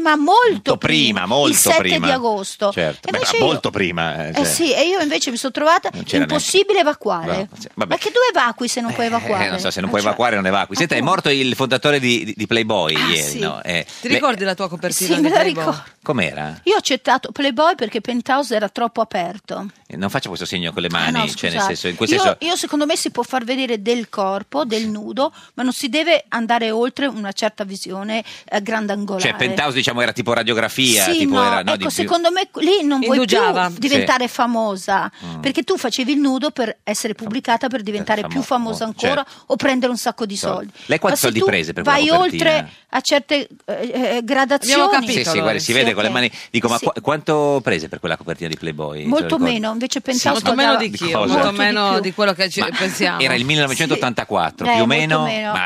Molto prima. Il 7 di agosto. Certo, molto prima. Sì, e io invece mi sono trovata impossibile evacuare. Ma che dove evacui se non puoi evacuare? Non so, se non puoi evacuare non evacui. Senta, è morto il fondatore di Playboy ieri, sì. No? Ti ricordi la tua copertina di Playboy? Me la ricordo. Com'era? Io ho accettato Playboy perché Penthouse era troppo aperto. Non faccia questo segno con le mani, no, cioè nel senso, in quel senso... Io secondo me si può far vedere del corpo, del nudo, ma non si deve andare oltre una certa visione grandangolare. Cioè Penthouse diciamo era tipo radiografia, sì, tipo no, era, ecco, secondo me lì non vuoi più diventare famosa, perché tu facevi il nudo per essere pubblicata, per diventare più famosa ancora, o prendere un sacco di soldi. Lei quanti soldi prese per quella vai copertina? Oltre a certe gradazioni. Abbiamo capito. Sì, guarda, si vede con le mani. Dico, ma quanto prese per quella copertina di Playboy? Molto meno, invece Penthouse molto meno di chi? Molto meno di quello che pensiamo. Era il 1984, più o meno.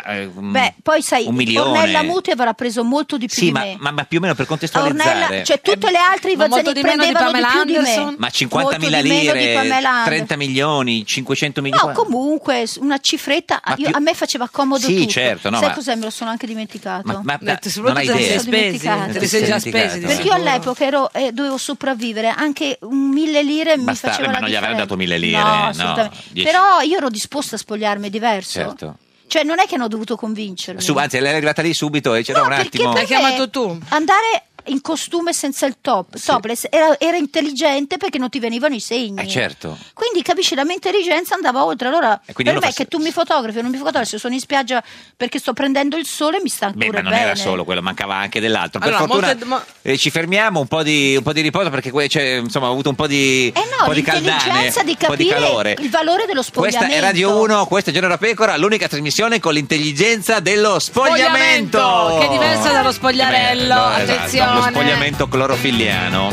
Beh, poi sai, Ornella Muti avrà preso molto di più di me. Ma più o meno per contestualizzare. Cioè tutte le altre Ivazzani prendevano di più di me. Ma 50.000 lire, 30 milioni, 500 milioni. No, comunque una cifretta a me faceva comodo tutto. Sì, certo. Sai cos'è? Me lo sono anche dimenticato. Ma non hai idea. Te li sei già spesi. Perché io all'epoca dovevo sopravvivere, anche 1.000 lire mi faceva ma la non gli avevano dato 1.000 lire. No, assolutamente. Però io ero disposta a spogliarmi diverso. Certo. Cioè non è che hanno dovuto convincermi. Anzi, lei è arrivata lì subito e c'era un attimo. L'hai chiamato tu? Andare in costume senza il topless era intelligente perché non ti venivano i segni. Certo. Quindi capisci, la mia intelligenza andava oltre. Allora per me che tu mi fotografi o non mi fotografi, se sono in spiaggia perché sto prendendo il sole mi sta pure ma non bene. era solo quello, mancava anche dell'altro. Allora, per fortuna ci fermiamo un po' di riposo perché insomma ho avuto un po' di caldane, di un po' di calore. Il valore dello spogliamento. Questa è Radio 1, questa è Giorno da Pecora, l'unica trasmissione con l'intelligenza dello spogliamento. Che è diversa dallo spogliarello. Attenzione. Lo spogliamento clorofilliano.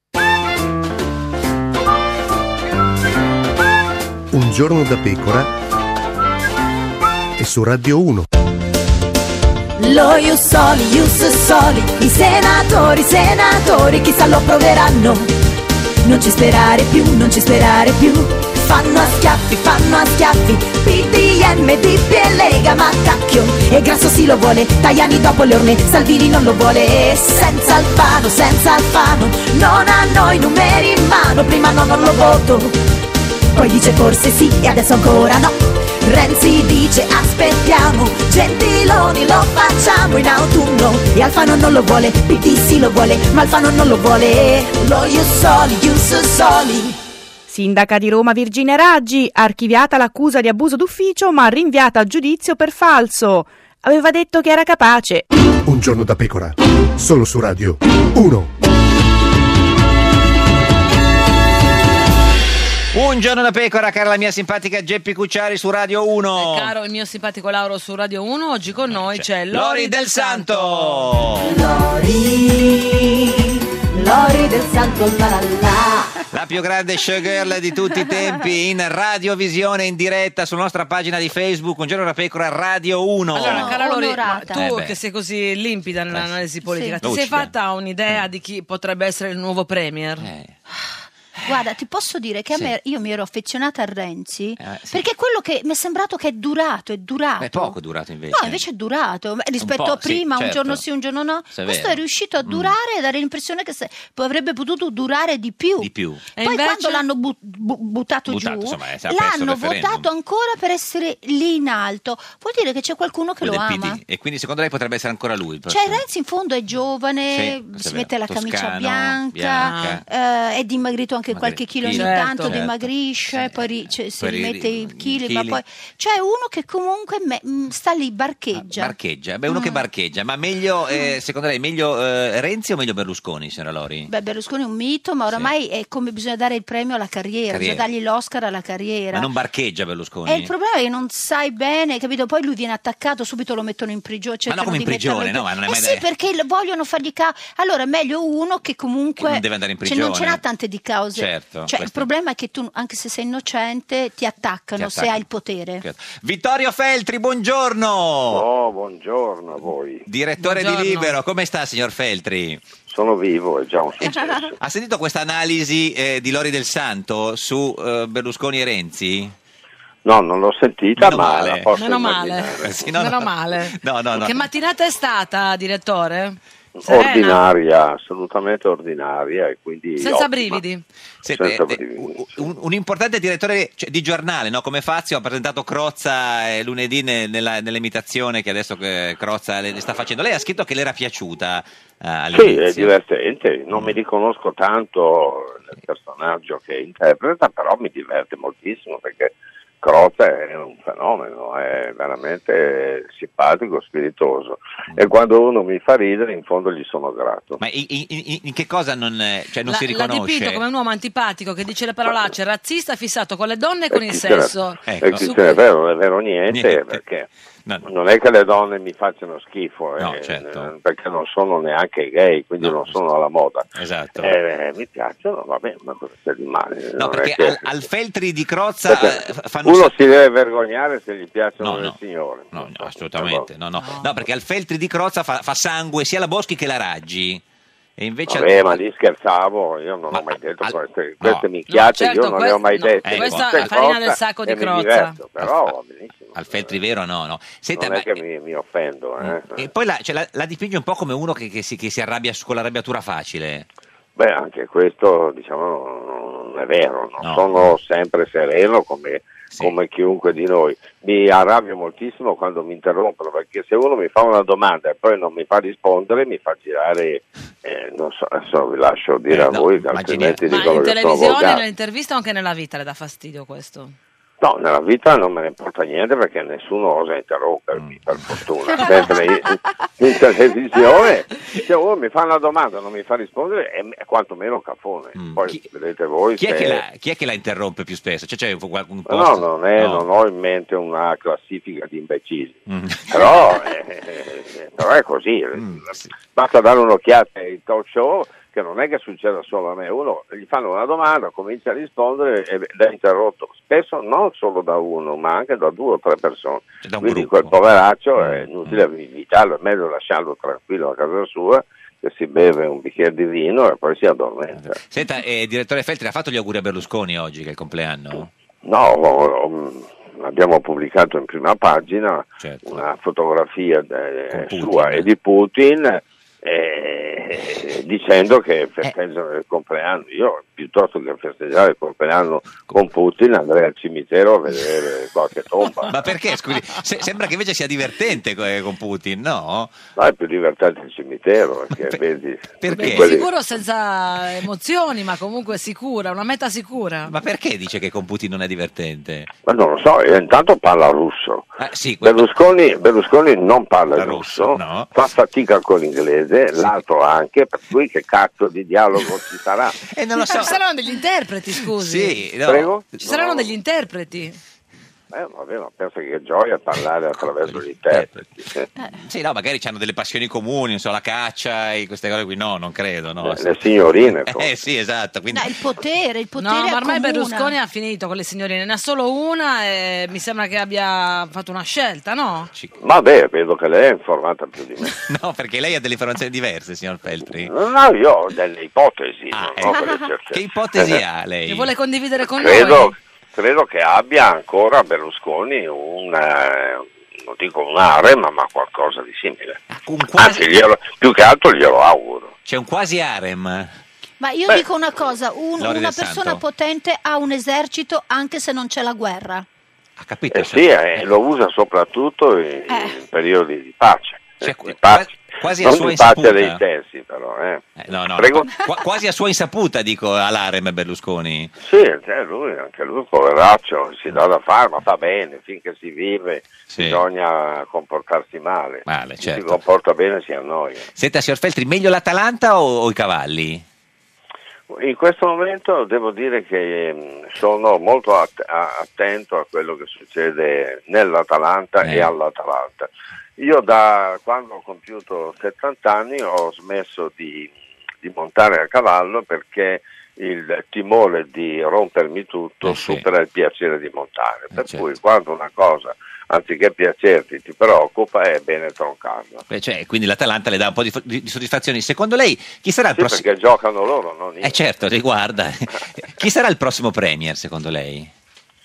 Un giorno da pecora e su Radio 1. Lo Ius Soli, i senatori, chissà lo approveranno. Non ci sperare più, fanno a schiaffi, PDM, DP e Lega, ma cacchio, e Grasso sì lo vuole, Tajani dopo le urne, Salvini non lo vuole, e senza Alfano, non hanno i numeri in mano, prima no, non lo voto, poi dice forse sì e adesso ancora no, Renzi dice aspettiamo, Gentiloni lo facciamo in autunno, e Alfano non lo vuole, PD sì lo vuole, ma Alfano non lo vuole, lo Ius Soli. Sindaca di Roma Virginia Raggi, archiviata l'accusa di abuso d'ufficio ma rinviata a giudizio per falso. Aveva detto che era capace. Un giorno da pecora, solo su Radio 1. Un giorno da pecora, cara la mia simpatica Geppi Cucciari su Radio 1. Caro il mio simpatico Lauro su Radio 1, oggi con noi c'è Lori del Santo. Lori del Santo, la più grande showgirl di tutti i tempi, in radiovisione in diretta sulla nostra pagina di Facebook, Un giorno da pecora Radio 1. Allora, cara Lori, tu che sei così limpida nell'analisi politica, ti sei fatta un'idea di chi potrebbe essere il nuovo premier? Guarda, ti posso dire che a me, io mi ero affezionata a Renzi perché quello che mi è sembrato che è durato. È poco durato invece. No, invece è durato rispetto a prima, un giorno sì, un giorno no. Questo è riuscito a durare e dare l'impressione che avrebbe potuto durare di più. Poi invece, quando l'hanno buttato giù, insomma, l'hanno votato ancora per essere lì in alto. Vuol dire che c'è qualcuno che lo ama. E quindi secondo lei potrebbe essere ancora lui? Cioè Renzi in fondo è giovane, si mette la camicia bianca. È dimagrito anche qualche chilo ogni tanto, dimagrisce, poi si rimette i chili, ma poi c'è uno che comunque sta lì, barcheggia. Uno che barcheggia, ma meglio, secondo lei, meglio Renzi o meglio Berlusconi, signora Lori? Berlusconi è un mito, ma oramai è come bisogna dare il premio alla carriera, bisogna dargli l'Oscar alla carriera. Ma non barcheggia Berlusconi? E il problema è che non sai bene, capito? Poi lui viene attaccato, subito lo mettono in prigione. Ma no, come in prigione, no? Ma non è mai sì, perché vogliono fargli allora è meglio uno che comunque non deve andare in prigione. Non ce n'ha tante di cause. Certo, il problema è che tu, anche se sei innocente, ti attaccano se hai il potere. Certo. Vittorio Feltri, buongiorno. Buongiorno a voi. Direttore di Libero, come sta, signor Feltri? Sono vivo, è già un successo. Ha sentito questa analisi di Lori del Santo su Berlusconi e Renzi? No, non l'ho sentita, Meno male. No. Che mattinata è stata, direttore? Ordinaria, assolutamente ordinaria, e quindi senza brividi. Un importante direttore di giornale, no? Come Fazio ha presentato Crozza lunedì nell'imitazione che adesso Crozza le sta facendo. Lei ha scritto che le era piaciuta all'inizio. Sì, è divertente, non mi riconosco tanto nel personaggio che interpreta, però mi diverte moltissimo perché Crozza è un fenomeno, è veramente simpatico, spiritoso, e quando uno mi fa ridere in fondo gli sono grato. Ma in che cosa non si riconosce? L'ha dipinto come un uomo antipatico che dice le parolacce, razzista, fissato con le donne e con il sesso. È vero niente, perché non è che le donne mi facciano schifo, certo. Perché non sono neanche gay, quindi non sono alla moda. Esatto. Mi piacciono, va bene, ma cosa c'è di male? No, perché al Feltri di Crozza uno si deve vergognare se gli piacciono le signore. No, assolutamente. No, perché al Feltri di Crozza fa sangue sia la Boschi che la Raggi. E invece ma lì scherzavo, io non ho mai detto queste minchiate, io non le ho mai dette. Questa è farina del sacco di Crozza. Però va benissimo. Al Feltri vero no. Senta, non è che mi offendo. E poi la dipinge un po' come uno che si arrabbia con l'arrabbiatura facile. Beh, anche questo non è vero, sono sempre sereno come chiunque di noi. Mi arrabbio moltissimo quando mi interrompono, perché se uno mi fa una domanda e poi non mi fa rispondere mi fa girare, non so, adesso vi lascio dire a voi, altrimenti dicono in che sono televisione, volgare. nell'intervista o anche nella vita le dà fastidio questo? No, nella vita non me ne importa niente perché nessuno osa interrompermi, per fortuna. Mentre in televisione, se uno mi fa una domanda e non mi fa rispondere, è quantomeno cafone. Poi vedete voi. Chi è che la interrompe più spesso? C'è un posto? No, non ho in mente una classifica di imbecilli. Però è così. Basta dare un'occhiata ai talk show, che non è che succeda solo a me, uno gli fanno una domanda, comincia a rispondere ed è interrotto, spesso non solo da uno, ma anche da 2 o 3 persone, quindi quel poveraccio è inutile invitarlo, è meglio lasciarlo tranquillo a casa sua, che si beve un bicchiere di vino e poi si addormenta. Senta, direttore Feltri, ha fatto gli auguri a Berlusconi oggi, che è il compleanno? No, abbiamo pubblicato in prima pagina una fotografia sua e di Putin dicendo che festeggiano il compleanno. Io piuttosto che festeggiare il compleanno con Putin andrei al cimitero a vedere qualche tomba. Ma perché? Scusi, sembra che invece sia divertente con Putin, no? No, è più divertente il cimitero perché vedi. Perché? È sicuro senza emozioni, ma comunque sicura, una meta sicura. Ma perché dice che con Putin non è divertente? Ma non lo so, intanto parla russo. Sì, Berlusconi non parla russo, no. Fa fatica con l'inglese, l'altro anche, per cui che cazzo di dialogo ci sarà? Non lo so. Ci saranno degli interpreti, scusi. Sì, no. Prego? Ci saranno degli interpreti. Vabbè, ma penso che gioia parlare attraverso gli interpreti. Sì, no, magari hanno delle passioni comuni, non so, la caccia e queste cose qui. No, non credo. No. Le signorine. Sì, esatto. Quindi... No, il potere No, ma ormai accomuna. Berlusconi ha finito con le signorine, ne ha solo una e mi sembra che abbia fatto una scelta, no? Vabbè, vedo che lei è informata più di me. No, perché lei ha delle informazioni diverse, signor Feltri. No, io ho delle ipotesi. Non ho delle certezze. Che ipotesi ha lei? Che vuole condividere con noi? Credo che abbia ancora Berlusconi non dico un harem, ma qualcosa di simile. Anzi, più che altro glielo auguro. C'è un quasi harem. Ma io dico una cosa, una del persona Santo. potente ha un esercito anche se non c'è la guerra. Ha capito? Sì, lo usa soprattutto in periodi di pace. Di pace. Quasi non a sua di pace insaputa. dei terzi, però. No, Prego? quasi a sua insaputa, dico, all'harem Berlusconi. Sì, anche lui, poveraccio, si dà da fare, ma fa bene, finché si vive bisogna comportarsi male. Chi si comporta bene si annoia. Senta, signor Feltri, meglio l'Atalanta o i cavalli? In questo momento devo dire che sono molto attento a quello che succede nell'Atalanta e all'Atalanta. Io da quando ho compiuto 70 anni ho smesso di montare a cavallo perché il timore di rompermi tutto supera il piacere di montare. Per cui quando una cosa, anziché piacerti, ti preoccupa, è bene troncarla. Quindi l'Atalanta le dà un po' di soddisfazioni. Secondo lei chi sarà il prossimo? Perché giocano loro, non io. Certo, riguarda. Chi sarà il prossimo Premier, secondo lei?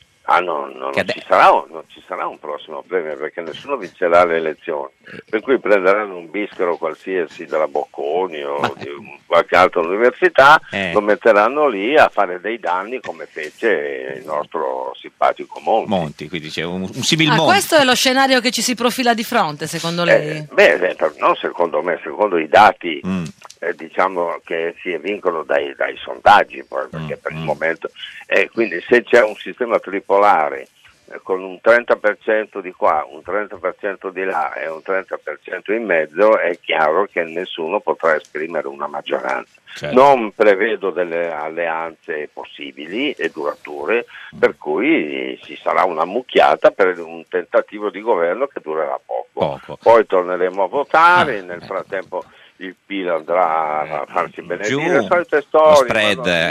Non ci sarà un prossimo premio perché nessuno vincerà le elezioni, per cui prenderanno un bischero qualsiasi della Bocconi o di qualche altra università, lo metteranno lì a fare dei danni come fece il nostro simpatico Monti. Quindi c'è un simil Monti. Questo è lo scenario che ci si profila di fronte, secondo lei? Non secondo me, secondo i dati diciamo che si evincono dai sondaggi, poi, perché per il momento quindi se c'è un sistema tripolare con un 30% di qua, un 30% di là e un 30% in mezzo, è chiaro che nessuno potrà esprimere una maggioranza. Non prevedo delle alleanze possibili e durature, per cui ci sarà una mucchiata per un tentativo di governo che durerà poco. Poi torneremo a votare, nel frattempo il PIL andrà a farsi benedire, le solite storie.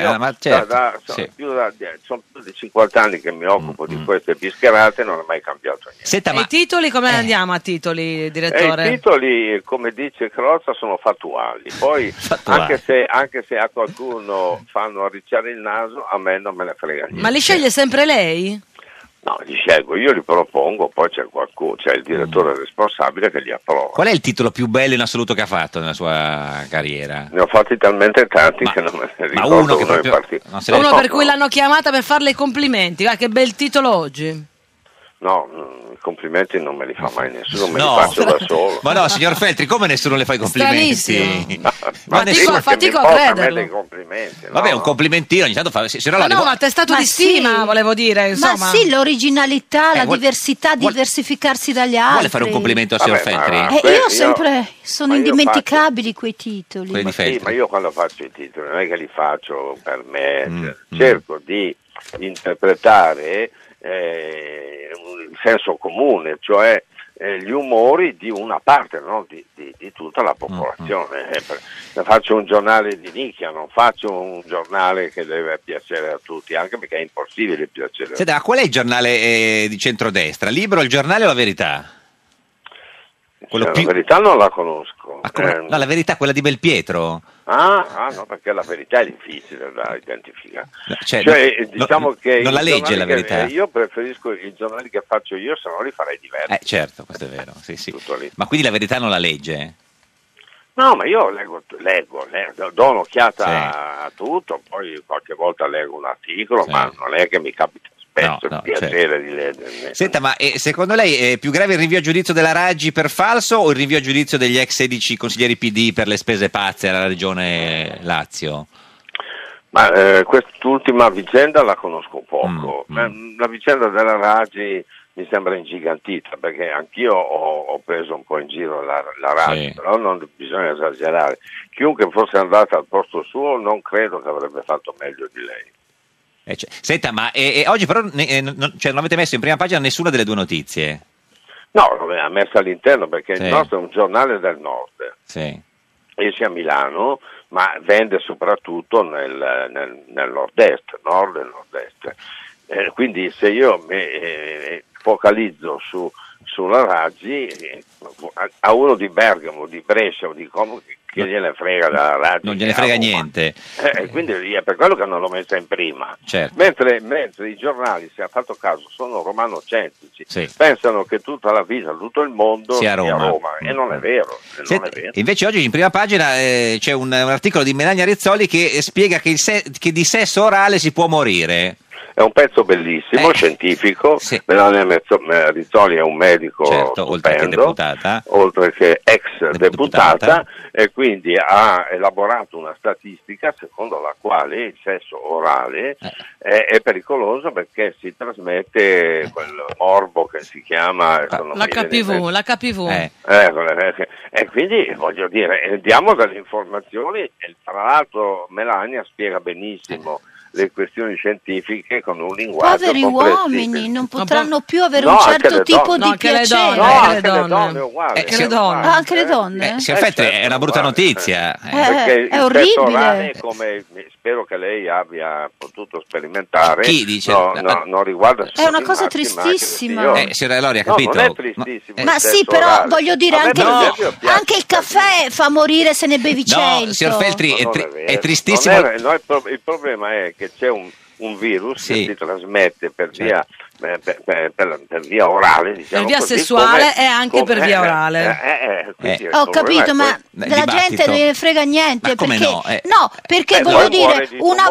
Sono più di 50 anni che mi occupo di queste bischerate e non è mai cambiato niente. Senta, i titoli come andiamo a titoli, direttore? I titoli, come dice Crozza, sono fattuali. Poi anche se a qualcuno fanno arricciare il naso, a me non me ne frega niente. Ma li sceglie sempre lei? No, li scelgo, io li propongo, poi c'è il direttore responsabile che li approva. Qual è il titolo più bello in assoluto che ha fatto nella sua carriera? Ne ho fatti talmente tanti che non me ne ricordo uno in particolare. Uno per cui l'hanno chiamata per farle i complimenti. Guarda, che bel titolo oggi. No, i complimenti non me li fa mai nessuno, me li faccio da solo. Ma no, signor Feltri, come nessuno le fa i complimenti? Fatico a crederlo. Dei complimenti, Vabbè, un complimentino ogni tanto fa. Ma attestato di stima, volevo dire, insomma. Ma sì, l'originalità, la diversità, diversificarsi dagli altri. Vuole fare un complimento al signor Feltri? Io sempre sono indimenticabili quei titoli. Ma io quando faccio i titoli non è che li faccio per me, cerco di interpretare il senso comune, cioè gli umori di una parte, non di tutta la popolazione. Faccio un giornale di nicchia, non faccio un giornale che deve piacere a tutti, anche perché è impossibile piacere a tutti. Qual è il giornale di centrodestra? Libero, il giornale o la Verità? Quello La Verità non la conosco. No, La Verità, quella di Belpietro. No, perché la Verità è difficile da identificare. Diciamo che non la legge La che- Verità. io preferisco i giornali che faccio io, se no li farei diversi. Certo, questo è vero. Sì. Tutto lì. Ma quindi La Verità non la legge? No, ma io leggo, do un'occhiata a tutto, poi qualche volta leggo un articolo, ma non è che mi capita spesso il piacere di leggere. Senta, ma secondo lei è più grave il rinvio a giudizio della Raggi per falso o il rinvio a giudizio degli ex 16 consiglieri PD per le spese pazze alla Regione Lazio? Ma quest'ultima vicenda la conosco poco. La vicenda della Raggi mi sembra ingigantita, perché anch'io ho preso un po' in giro la Raggi, però non bisogna esagerare. Chiunque fosse andato al posto suo non credo che avrebbe fatto meglio di lei. Senta, ma oggi però non avete messo in prima pagina nessuna delle due notizie? No, l'ha messa all'interno perché il nostro è un giornale del nord. Esce a Milano, ma vende soprattutto nel nord-est, nord e nord-est. Quindi se io mi focalizzo sulla Raggi, a uno di Bergamo, di Brescia o di Como che gliene frega la Raggi. Non gliene frega niente. Quindi è per quello che non l'ho messa in prima. Mentre i giornali, se ha fatto caso, sono romanocentrici, pensano che tutta la vita, tutto il mondo sia a Roma. E non è vero. Invece oggi in prima pagina c'è un articolo di Melania Rizzoli che spiega che di sesso orale si può morire. È un pezzo bellissimo, scientifico. Melania Rizzoli è un medico stupendo, oltre che ex deputata, e quindi ha elaborato una statistica secondo la quale il sesso orale è pericoloso perché si trasmette quel morbo che si chiama l'HPV. E quindi voglio dire, diamo delle informazioni, e tra l'altro Melania spiega benissimo le questioni scientifiche con un linguaggio poveri comprensibile. uomini non potranno più avere un certo tipo di piacere. Anche le donne uguali. Anche le donne? Signor Feltri, è una brutta notizia. Perché è il orribile. sesso orale, come spero che lei abbia potuto sperimentare, Chi dice? non riguarda È una cosa tristissima. Signora Lori, ha capito? Non è tristissimo. Ma sì, però voglio dire, anche il caffè fa morire se ne bevi 100. No, signor Feltri, è tristissimo. Il problema è che c'è un virus che si trasmette per via orale, diciamo, per via così, sessuale e anche per via orale. Ho capito, ma la gente non ne frega niente. Come perché no? Perché voglio dire,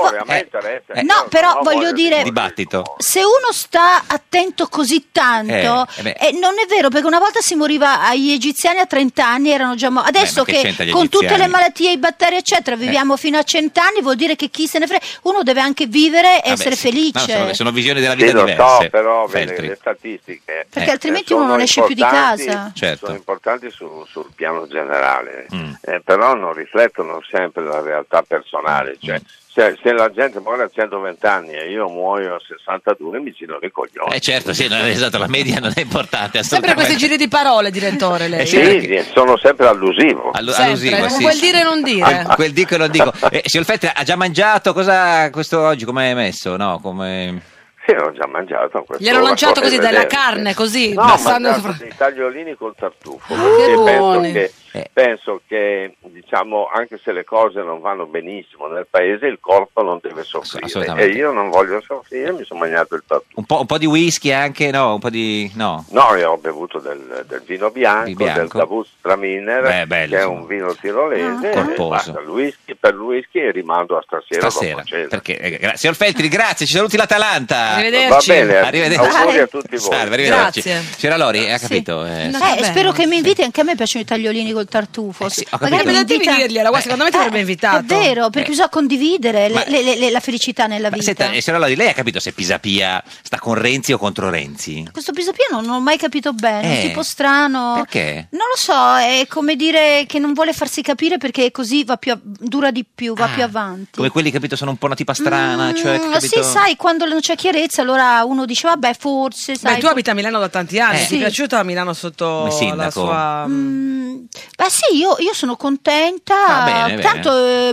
no, però voglio dire, dibattito. se uno sta attento così tanto, non è vero, perché una volta si moriva agli egiziani a 30 anni, erano già adesso che con tutte le malattie, i batteri eccetera, viviamo fino a 100 anni, vuol dire che chi se ne frega, uno deve anche vivere e essere felice. No, sono visioni della vita diverse. Però le statistiche perché altrimenti uno non esce più di casa. Sono importanti sul piano generale, però non riflettono sempre la realtà personale, cioè se la gente muore a 120 anni e io muoio a 62 mi girano i coglioni. Certo, esatto, la media non è importante. Sempre questi giri di parole, direttore, lei. Sono sempre allusivo. Allusivo, non quel dire e non dire. Quel dico e non dico. Signor Feltri, ha già mangiato? Cosa questo oggi? Come è messo? No, come... Sì, ho già mangiato. Gli ero lanciato così della carne, così. I tagliolini col tartufo, perché penso che diciamo, anche se le cose non vanno benissimo nel paese, il corpo non deve soffrire, e io non voglio soffrire, mi sono mangiato il tartufo. Un po' di whisky anche, no? Un po' di... No, io ho bevuto del vino bianco. Del Gewürztraminer, che è un vino tirolese, corposo. Per il whisky rimando a stasera. Perché, signor Feltri, grazie, ci saluti l'Atalanta. Arrivederci. Va bene, arrivederci. Auguri a tutti voi. Arrivederci. Grazie. Signora Lori, ha capito? Spero che mi inviti, anche a me piacciono i tagliolini col tartufo. Devi dirgliela, secondo me ti avrebbe invitato. È vero, perché bisogna condividere la felicità nella vita. Senta, signora Lori, lei ha capito se Pisapia sta con Renzi o contro Renzi? Questo Pisapia non l'ho mai capito bene, è un tipo strano. Perché? Non lo so, è come dire che non vuole farsi capire perché così dura di più, va più avanti. Come quelli, capito, sono un po' una tipa strana, cioè, sì, sai, quando non c'è chiarezza, allora uno dice vabbè, forse, sai. Beh, tu abiti a Milano da tanti anni, ti è piaciuta Milano sotto la sua... Beh sì, io sono contenta, tanto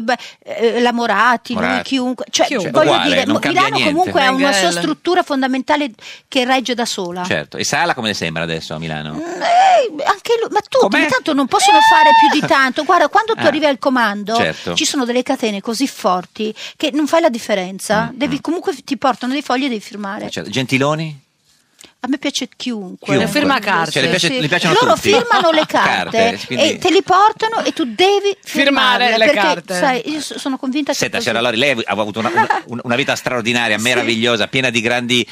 la Moratti, lui, chiunque, voglio dire, Milano comunque ha una sua struttura fondamentale che regge da sola. Certo, e Sala come le sembra adesso a Milano? anche lui, ma tutti intanto non possono fare più di tanto. Guarda, quando tu arrivi al comando, ci sono delle catene così forti che non fai la differenza. Devi comunque, ti portano dei fogli e devi firmare. Gentiloni? A me piace chiunque. Le firma carte. Le piacciono loro tutti? firmano le carte quindi... e te li portano e tu devi firmare le carte. Sai, io sono convinta che Senta, signora Lori, lei ha avuto una vita straordinaria, meravigliosa, piena di grandi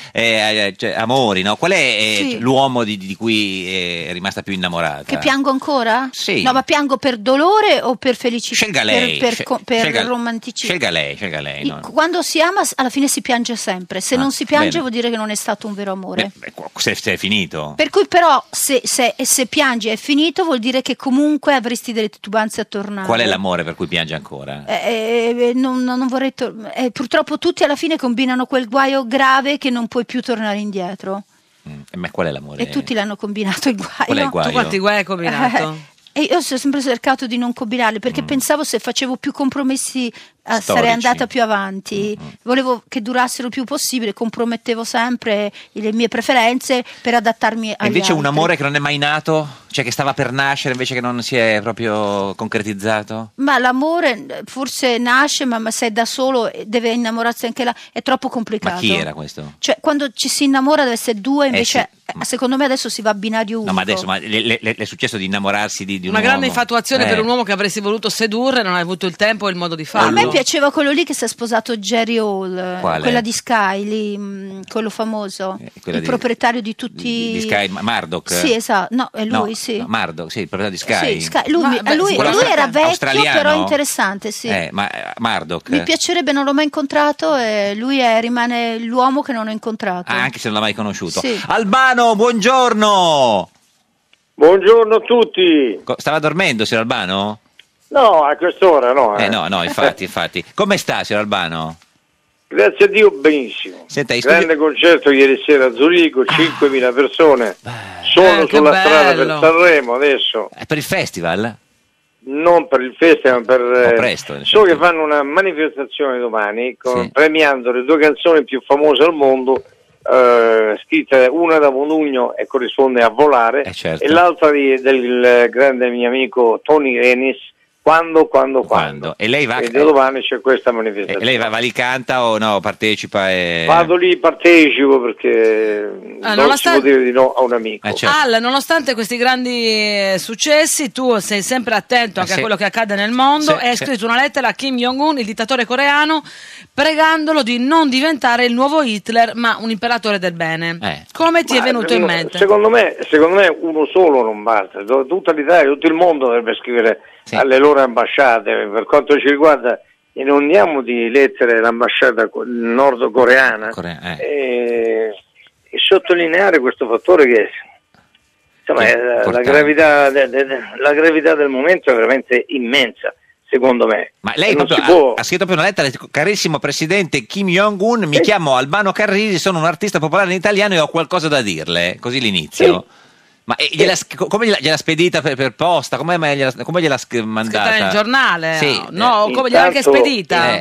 amori, no? Qual è l'uomo di cui è rimasta più innamorata? Che piango ancora? Sì. No, ma piango per dolore o per felicità? Scelga lei. Per romanticismo. Scelga lei. No? Quando si ama, alla fine si piange sempre. Se non si piange vuol dire che non è stato un vero amore. Se è finito. Per cui però se piangi è finito, vuol dire che comunque avresti delle titubanze a tornare. Qual è l'amore per cui piange ancora? Non vorrei purtroppo tutti alla fine combinano quel guaio grave che non puoi più tornare indietro. Ma qual è l'amore? E tutti l'hanno combinato il guaio. Qual è il guaio? Tu quanti guai hai combinato? E io ho sempre cercato di non combinarli perché pensavo se facevo più compromessi sarei andata più avanti. Volevo che durassero il più possibile, compromettevo sempre le mie preferenze per adattarmi agli altri. Invece un amore che non è mai nato? Cioè che stava per nascere invece che non si è proprio concretizzato? Ma l'amore forse nasce, ma se è da solo deve innamorarsi anche là, è troppo complicato. Ma chi era questo? Cioè quando ci si innamora deve essere due, invece secondo me adesso si va a binario unico. No, ma adesso le è successo di innamorarsi di un una uomo? grande infatuazione per un uomo che avresti voluto sedurre, non hai avuto il tempo e il modo di farlo. A me piaceva quello lì che si è sposato Jerry Hall. Quale? Quella di Sky lì, quello famoso, il proprietario di tutti di Sky, Murdoch. Sì, esatto, no, è lui, sì. No, Murdoch, sì, il proprietario di Sky. Sì, Sky. Lui era vecchio, australiano? però interessante, sì. Ma Murdoch. Mi piacerebbe, non l'ho mai incontrato e lui rimane l'uomo che non ho incontrato. Anche se non l'ha mai conosciuto. Sì. Albano, buongiorno. Buongiorno a tutti. Stava dormendo, signor Albano? No, a quest'ora no. No, infatti. Come sta, signor Albano? Grazie a Dio benissimo. Senta, grande concerto ieri sera a Zurigo, 5.000 persone. Sono sulla strada per Sanremo adesso. È per il festival? Non per il festival, per un po' presto, so che fanno una manifestazione domani premiando le due canzoni più famose al mondo, scritte una da Modugno e corrisponde a Volare, certo. E l'altra del grande mio amico Tony Renis, Quando. E lei va? E domani c'è questa manifestazione. E lei va lì, canta o no? Partecipa? Vado lì, partecipo perché non si può dire di no a un amico. Certo. Nonostante questi grandi successi, tu sei sempre attento anche a quello che accade nel mondo e hai scritto una lettera a Kim Jong-un, il dittatore coreano, pregandolo di non diventare il nuovo Hitler, ma un imperatore del bene. Come ti è venuto in mente? Secondo me uno solo non basta. Tutta l'Italia, tutto il mondo dovrebbe scrivere alle loro ambasciate. Per quanto ci riguarda, inondiamo di lettere l'ambasciata nordcoreana e sottolineare questo fattore che insomma, la gravità del momento è veramente immensa, secondo me. Ma lei ha scritto proprio una lettera: carissimo presidente Kim Jong-un, mi chiamo Albano Carrisi, sono un artista popolare in italiano e ho qualcosa da dirle. Così l'inizio. Ma come gliel'ha spedita per posta? Come gliel'ha mandata? Scritta nel giornale? Sì. No, come gliel'ha anche spedita?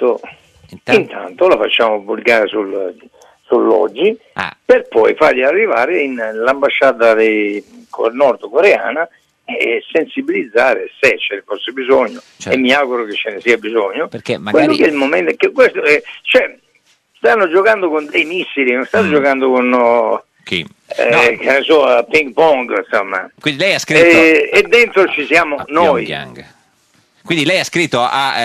Intanto la facciamo pubblicare sull'Oggi per poi fargli arrivare nell'ambasciata nordcoreana e sensibilizzare se ce ne fosse bisogno, e mi auguro che ce ne sia bisogno, perché magari quello che è il momento che questo stanno giocando con dei missili, non stanno giocando con che ne so, a ping pong, insomma. Quindi lei ha scritto e dentro ci siamo noi. Quindi lei ha scritto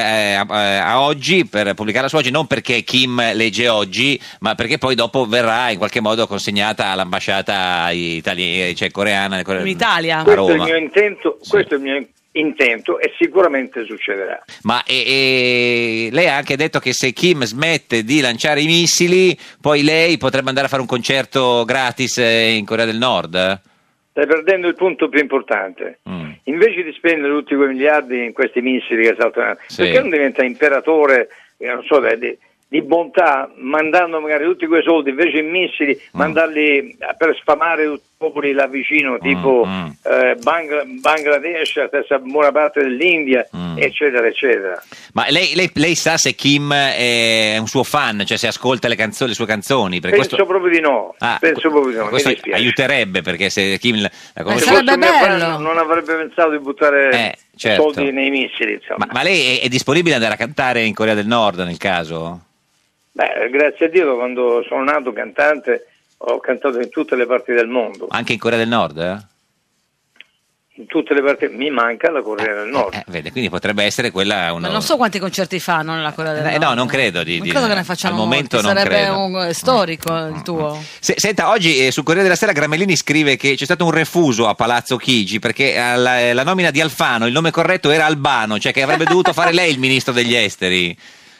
a Oggi per pubblicarla su Oggi, non perché Kim legge Oggi, ma perché poi dopo verrà in qualche modo consegnata all'ambasciata coreana in Italia. A Roma. Questo è il mio intento. Questo è il mio intento e sicuramente succederà. Ma lei ha anche detto che se Kim smette di lanciare i missili, poi lei potrebbe andare a fare un concerto gratis in Corea del Nord? Stai perdendo il punto più importante. Invece di spendere tutti quei miliardi in questi missili che saltano, perché non diventa imperatore, non so, di bontà, mandando magari tutti quei soldi invece in missili, mandarli per sfamare tutto il popoli là vicino, tipo Bangladesh, stessa buona parte dell'India, eccetera, eccetera. Ma lei sa se Kim è un suo fan, cioè se ascolta le sue canzoni? Perché Penso proprio di no. Penso proprio di no. Questo mi dispiace. aiuterebbe, perché se Kim la conosce... Se fosse un mio fan, non avrebbe pensato di buttare soldi nei missili, insomma. Ma lei è disponibile ad andare a cantare in Corea del Nord nel caso? Beh, grazie a Dio, quando sono nato cantante ho cantato in tutte le parti del mondo. Anche in Corea del Nord? In tutte le parti, mi manca la Corea del Nord. Vede, quindi potrebbe essere quella una... Ma non so quanti concerti fanno nella Corea del Nord. No, non credo. Non credo che ne facciano al momento molti, non sarebbe credo. storico il tuo. Senta, oggi sul Corriere della Sera Gramellini scrive che c'è stato un refuso a Palazzo Chigi perché la nomina di Alfano, il nome corretto era Albano, cioè che avrebbe dovuto fare lei il ministro degli esteri.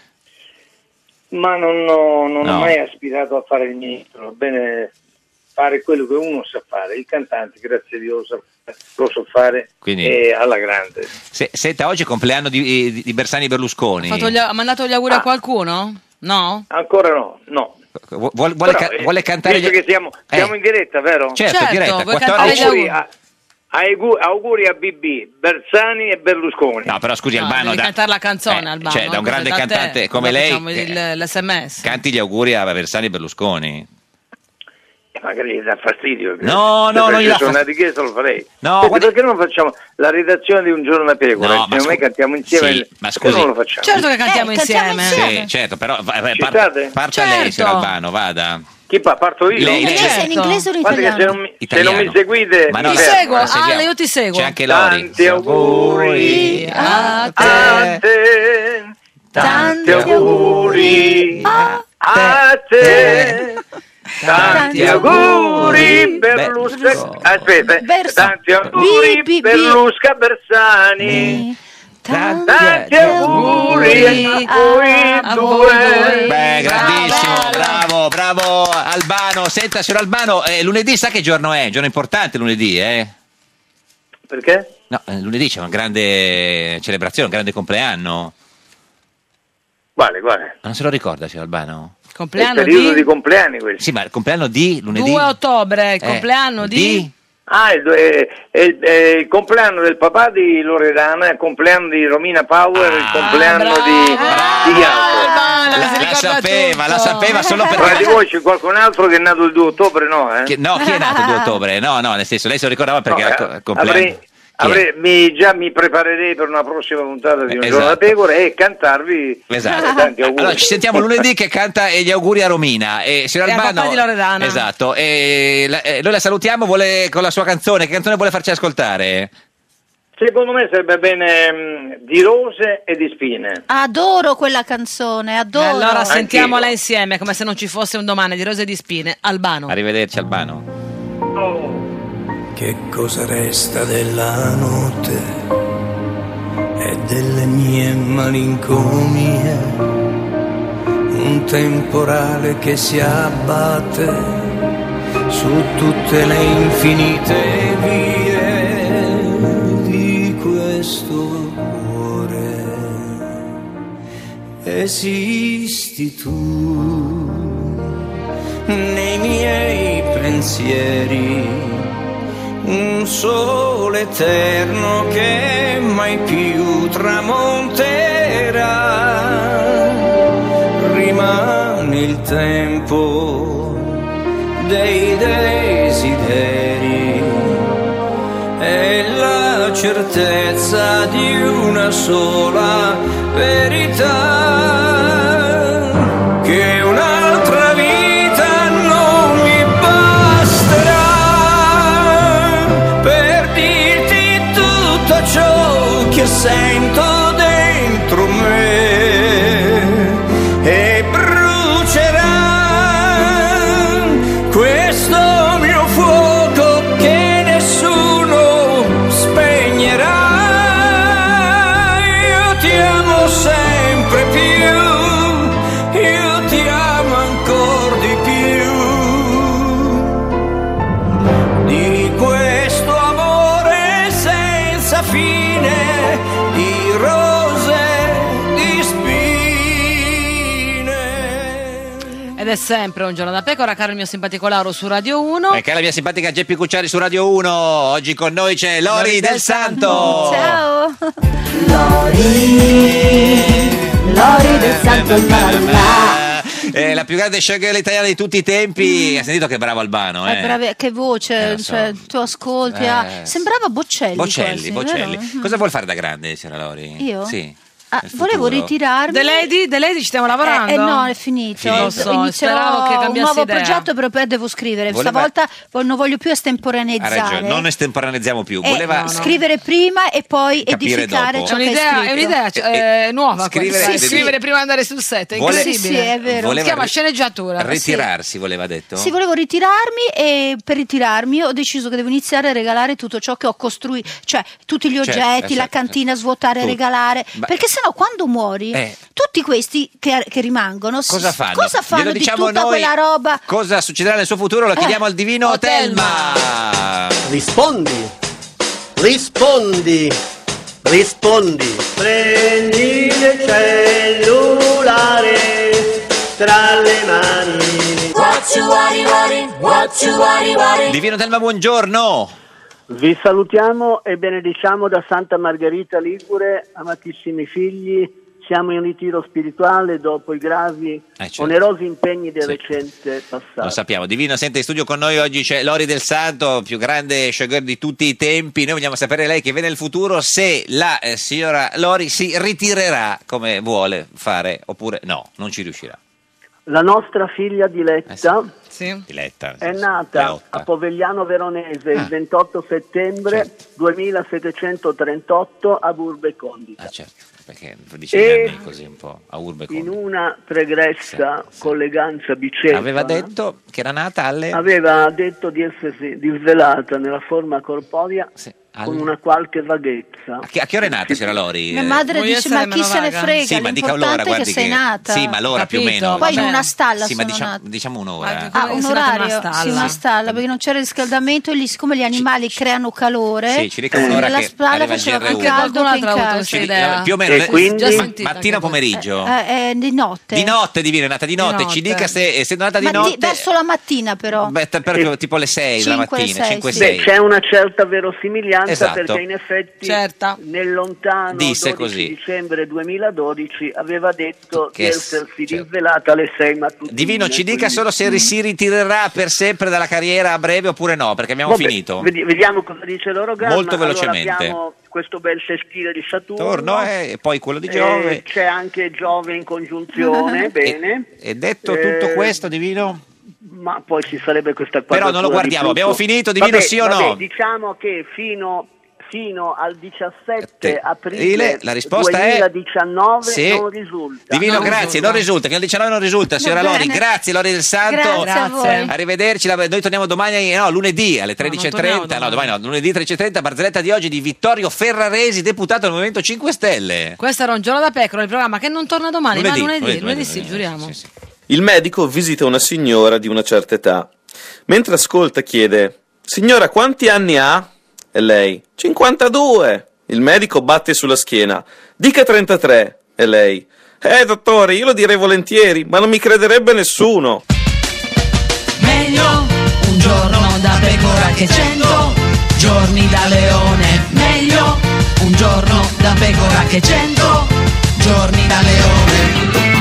Ma non ho mai aspirato a fare il ministro, va bene fare quello che uno sa fare, il cantante, grazie a Dio, lo so fare. Quindi, e alla grande. Senta, oggi è compleanno di Bersani Berlusconi. Ha mandato gli auguri a qualcuno? No? Ancora no. Vuole cantare visto che siamo in diretta, vero? Certo, in diretta. 14... Auguri a BB, Bersani e Berlusconi. No, però scusi, Albano, devi cantare la canzone, Albano. Cioè, da un grande cantante come lei, l'SMS. canti gli auguri a Bersani e Berlusconi. Magari gli dà fastidio. No, non gli dà fastidio. Di chiesa lo farei. No, perché non facciamo la redazione di Un giorno da pecora? No, noi cantiamo insieme. Sì, ma scusi, non lo facciamo? Certo che cantiamo insieme. Sì, certo, però parta lei, signor Albano, vada. Chi parto io? Lei sei in inglese o in italiano? Se non mi seguite, ma no, ti seguo, Ale, io ti seguo. C'è anche Lori. Tanti auguri a te. Tanti auguri a te. Tanti auguri Berlusca. Aspetta, tanti auguri Berlusca Bersani. Tanti auguri a voi due. Beh, grandissimo, bravo Albano. Senta, signor Albano, lunedì sa che giorno è? Giorno importante lunedì, Perché? No, lunedì c'è una grande celebrazione, un grande compleanno. Quale? Non se lo ricorda, signor Albano? Compleanno il periodo di compleanni questo. Sì, ma il compleanno di lunedì? 2 ottobre, il compleanno di... il compleanno del papà di Loredana, il compleanno di Romina Power, il compleanno di La sapeva solo per... Tra di voi c'è qualcun altro che è nato il 2 ottobre, no? No, chi è nato il 2 ottobre? No, nel senso, lei se lo ricordava perché era il compleanno... mi preparerei per una prossima puntata di Un giorno da pecora e cantarvi tanti auguri. Allora ci sentiamo lunedì che canta gli auguri a Romina e signor Albano, papà di Loredana. Esatto, noi la salutiamo con la sua canzone. Che canzone vuole farci ascoltare? Secondo me sarebbe bene di rose e di spine. Adoro quella canzone, adoro. Allora sentiamola insieme come se non ci fosse un domani. Di rose e di spine, Albano. Arrivederci Albano. Che cosa resta della notte e delle mie malinconie? Un temporale che si abbatte su tutte le infinite vie di questo cuore. Esisti tu nei miei pensieri, un sole eterno che mai più tramonterà. Rimane il tempo dei desideri e la certezza di una sola verità, che un'altra vita non mi basterà per dirti tutto ciò che sento dentro me e brucerà questo mio fuoco che nessuno spegnerà. Io ti amo sempre più. Ed è sempre Un giorno da pecora, caro il mio simpatico Lauro su Radio 1. E cara la mia simpatica Geppi Cucciari su Radio 1. Oggi con noi c'è Lori del Santo. Ciao. Lori del Santo, La più grande showgirl italiana di tutti i tempi. Hai sentito che bravo Albano? Che voce, so. cioè, tu ascolti. Sembrava Bocelli. Bocelli. Vero? Cosa vuol fare da grande, signora Lori? Io? Sì. Volevo ritirarmi. The Lady ci stiamo lavorando? No, è finito. Lo so, Inizierò speravo che cambiassi un nuovo idea. progetto, però poi devo scrivere. Stavolta non voglio più Ha estemporaneizzare. ragione, non estemporanizziamo più. Voleva scrivere prima e poi capire edificare dopo. ciò che hai È un'idea scritto. nuova. Scrivere- Scrivere prima di andare sul set, è Vuole- incredibile. Sì, è vero. Si chiama sceneggiatura. ritirarsi, voleva detto? Sì, volevo ritirarmi e per ritirarmi ho deciso che devo iniziare a regalare tutto ciò che ho costruito, cioè tutti gli oggetti, la cantina, svuotare, Tutto. regalare, perché sennò quando muori tutti questi che rimangono Cosa fanno? Cosa fanno Glielo di diciamo tutta noi, quella roba? Cosa succederà nel suo futuro? Lo chiediamo al divino Telma. Rispondi. Prendi il cellulare tra le mani. Divino Telma, buongiorno. Vi salutiamo e benediciamo da Santa Margherita Ligure, amatissimi figli. Siamo in ritiro spirituale dopo i gravi, onerosi impegni del recente passato. Lo sappiamo. Divino, sente, in studio con noi oggi c'è Lori del Santo, più grande showgirl di tutti i tempi. Noi vogliamo sapere, lei che vede nel futuro, se la signora Lori si ritirerà come vuole fare oppure no, non ci riuscirà. La nostra figlia Diletta Diletta, è nata a Povegliano Veronese il 28 settembre 2738 a Burbe Condita. Perché dice gli anni così un po' a Urbe In una pregressa colleganza bicefa aveva detto che era nata aveva detto di essersi disvelata nella forma corporea con una qualche vaghezza. A che ora è nata, signora Lori? Mia madre dice: ma chi se ne frega? Sì, ma dica l'importante l'ora, è che sei nata. Sì, ma l'ora più o meno. Poi in una stalla sì, ma sono nata. diciamo un'ora. Un orario, una stalla, perché non c'era riscaldamento e siccome gli animali creano calore, Sì, ci dica un'ora nella che stalla arriva il faceva più GR1. caldo che in Qualcun altro ha avuto casa. questa idea. Più o meno, E quindi? mattina o pomeriggio? Di notte. Di notte, Divino, è nata di notte. Ci dica se essendo nata di notte. Verso la mattina però. Però tipo le 6 della 5, mattina, 6, 5-6. C'è una certa verosimiglianza Esatto. perché in effetti nel lontano Disse 12 così. dicembre 2012 aveva detto Che di essersi disvelata alle 6 mattutine. Divino, ci dica solo se si ritirerà per sempre dalla carriera a breve oppure no, perché abbiamo finito. Vediamo cosa dice l'orogramma. Molto velocemente. Allora abbiamo questo bel sestile di Saturno Torno e poi quello di Giove. C'è anche Giove in congiunzione, bene. E detto tutto questo, Divino? Ma poi ci sarebbe questa Però non lo guardiamo, abbiamo finito, Divino, sì o no? Diciamo che fino al 17 aprile la risposta 2019 è non risulta. Divino, grazie, non risulta, che il 19 non risulta, signora Lori, grazie Lori del Santo. Grazie a voi. Arrivederci, noi torniamo domani, lunedì alle 13.30, lunedì 13.30, barzelletta di oggi di Vittorio Ferraresi, deputato del Movimento 5 Stelle. Questo era Un giorno da pecora, il programma che non torna domani, Lunedì, ma lunedì, lunedì sì, giuriamo. Il medico visita una signora di una certa età. Mentre ascolta chiede: signora, quanti anni ha? E lei: 52. Il medico batte sulla schiena: dica 33. E lei: dottore, io lo direi volentieri, ma non mi crederebbe nessuno. Meglio un giorno da pecora che 100 giorni da leone. Meglio un giorno da pecora che 100 giorni da leone.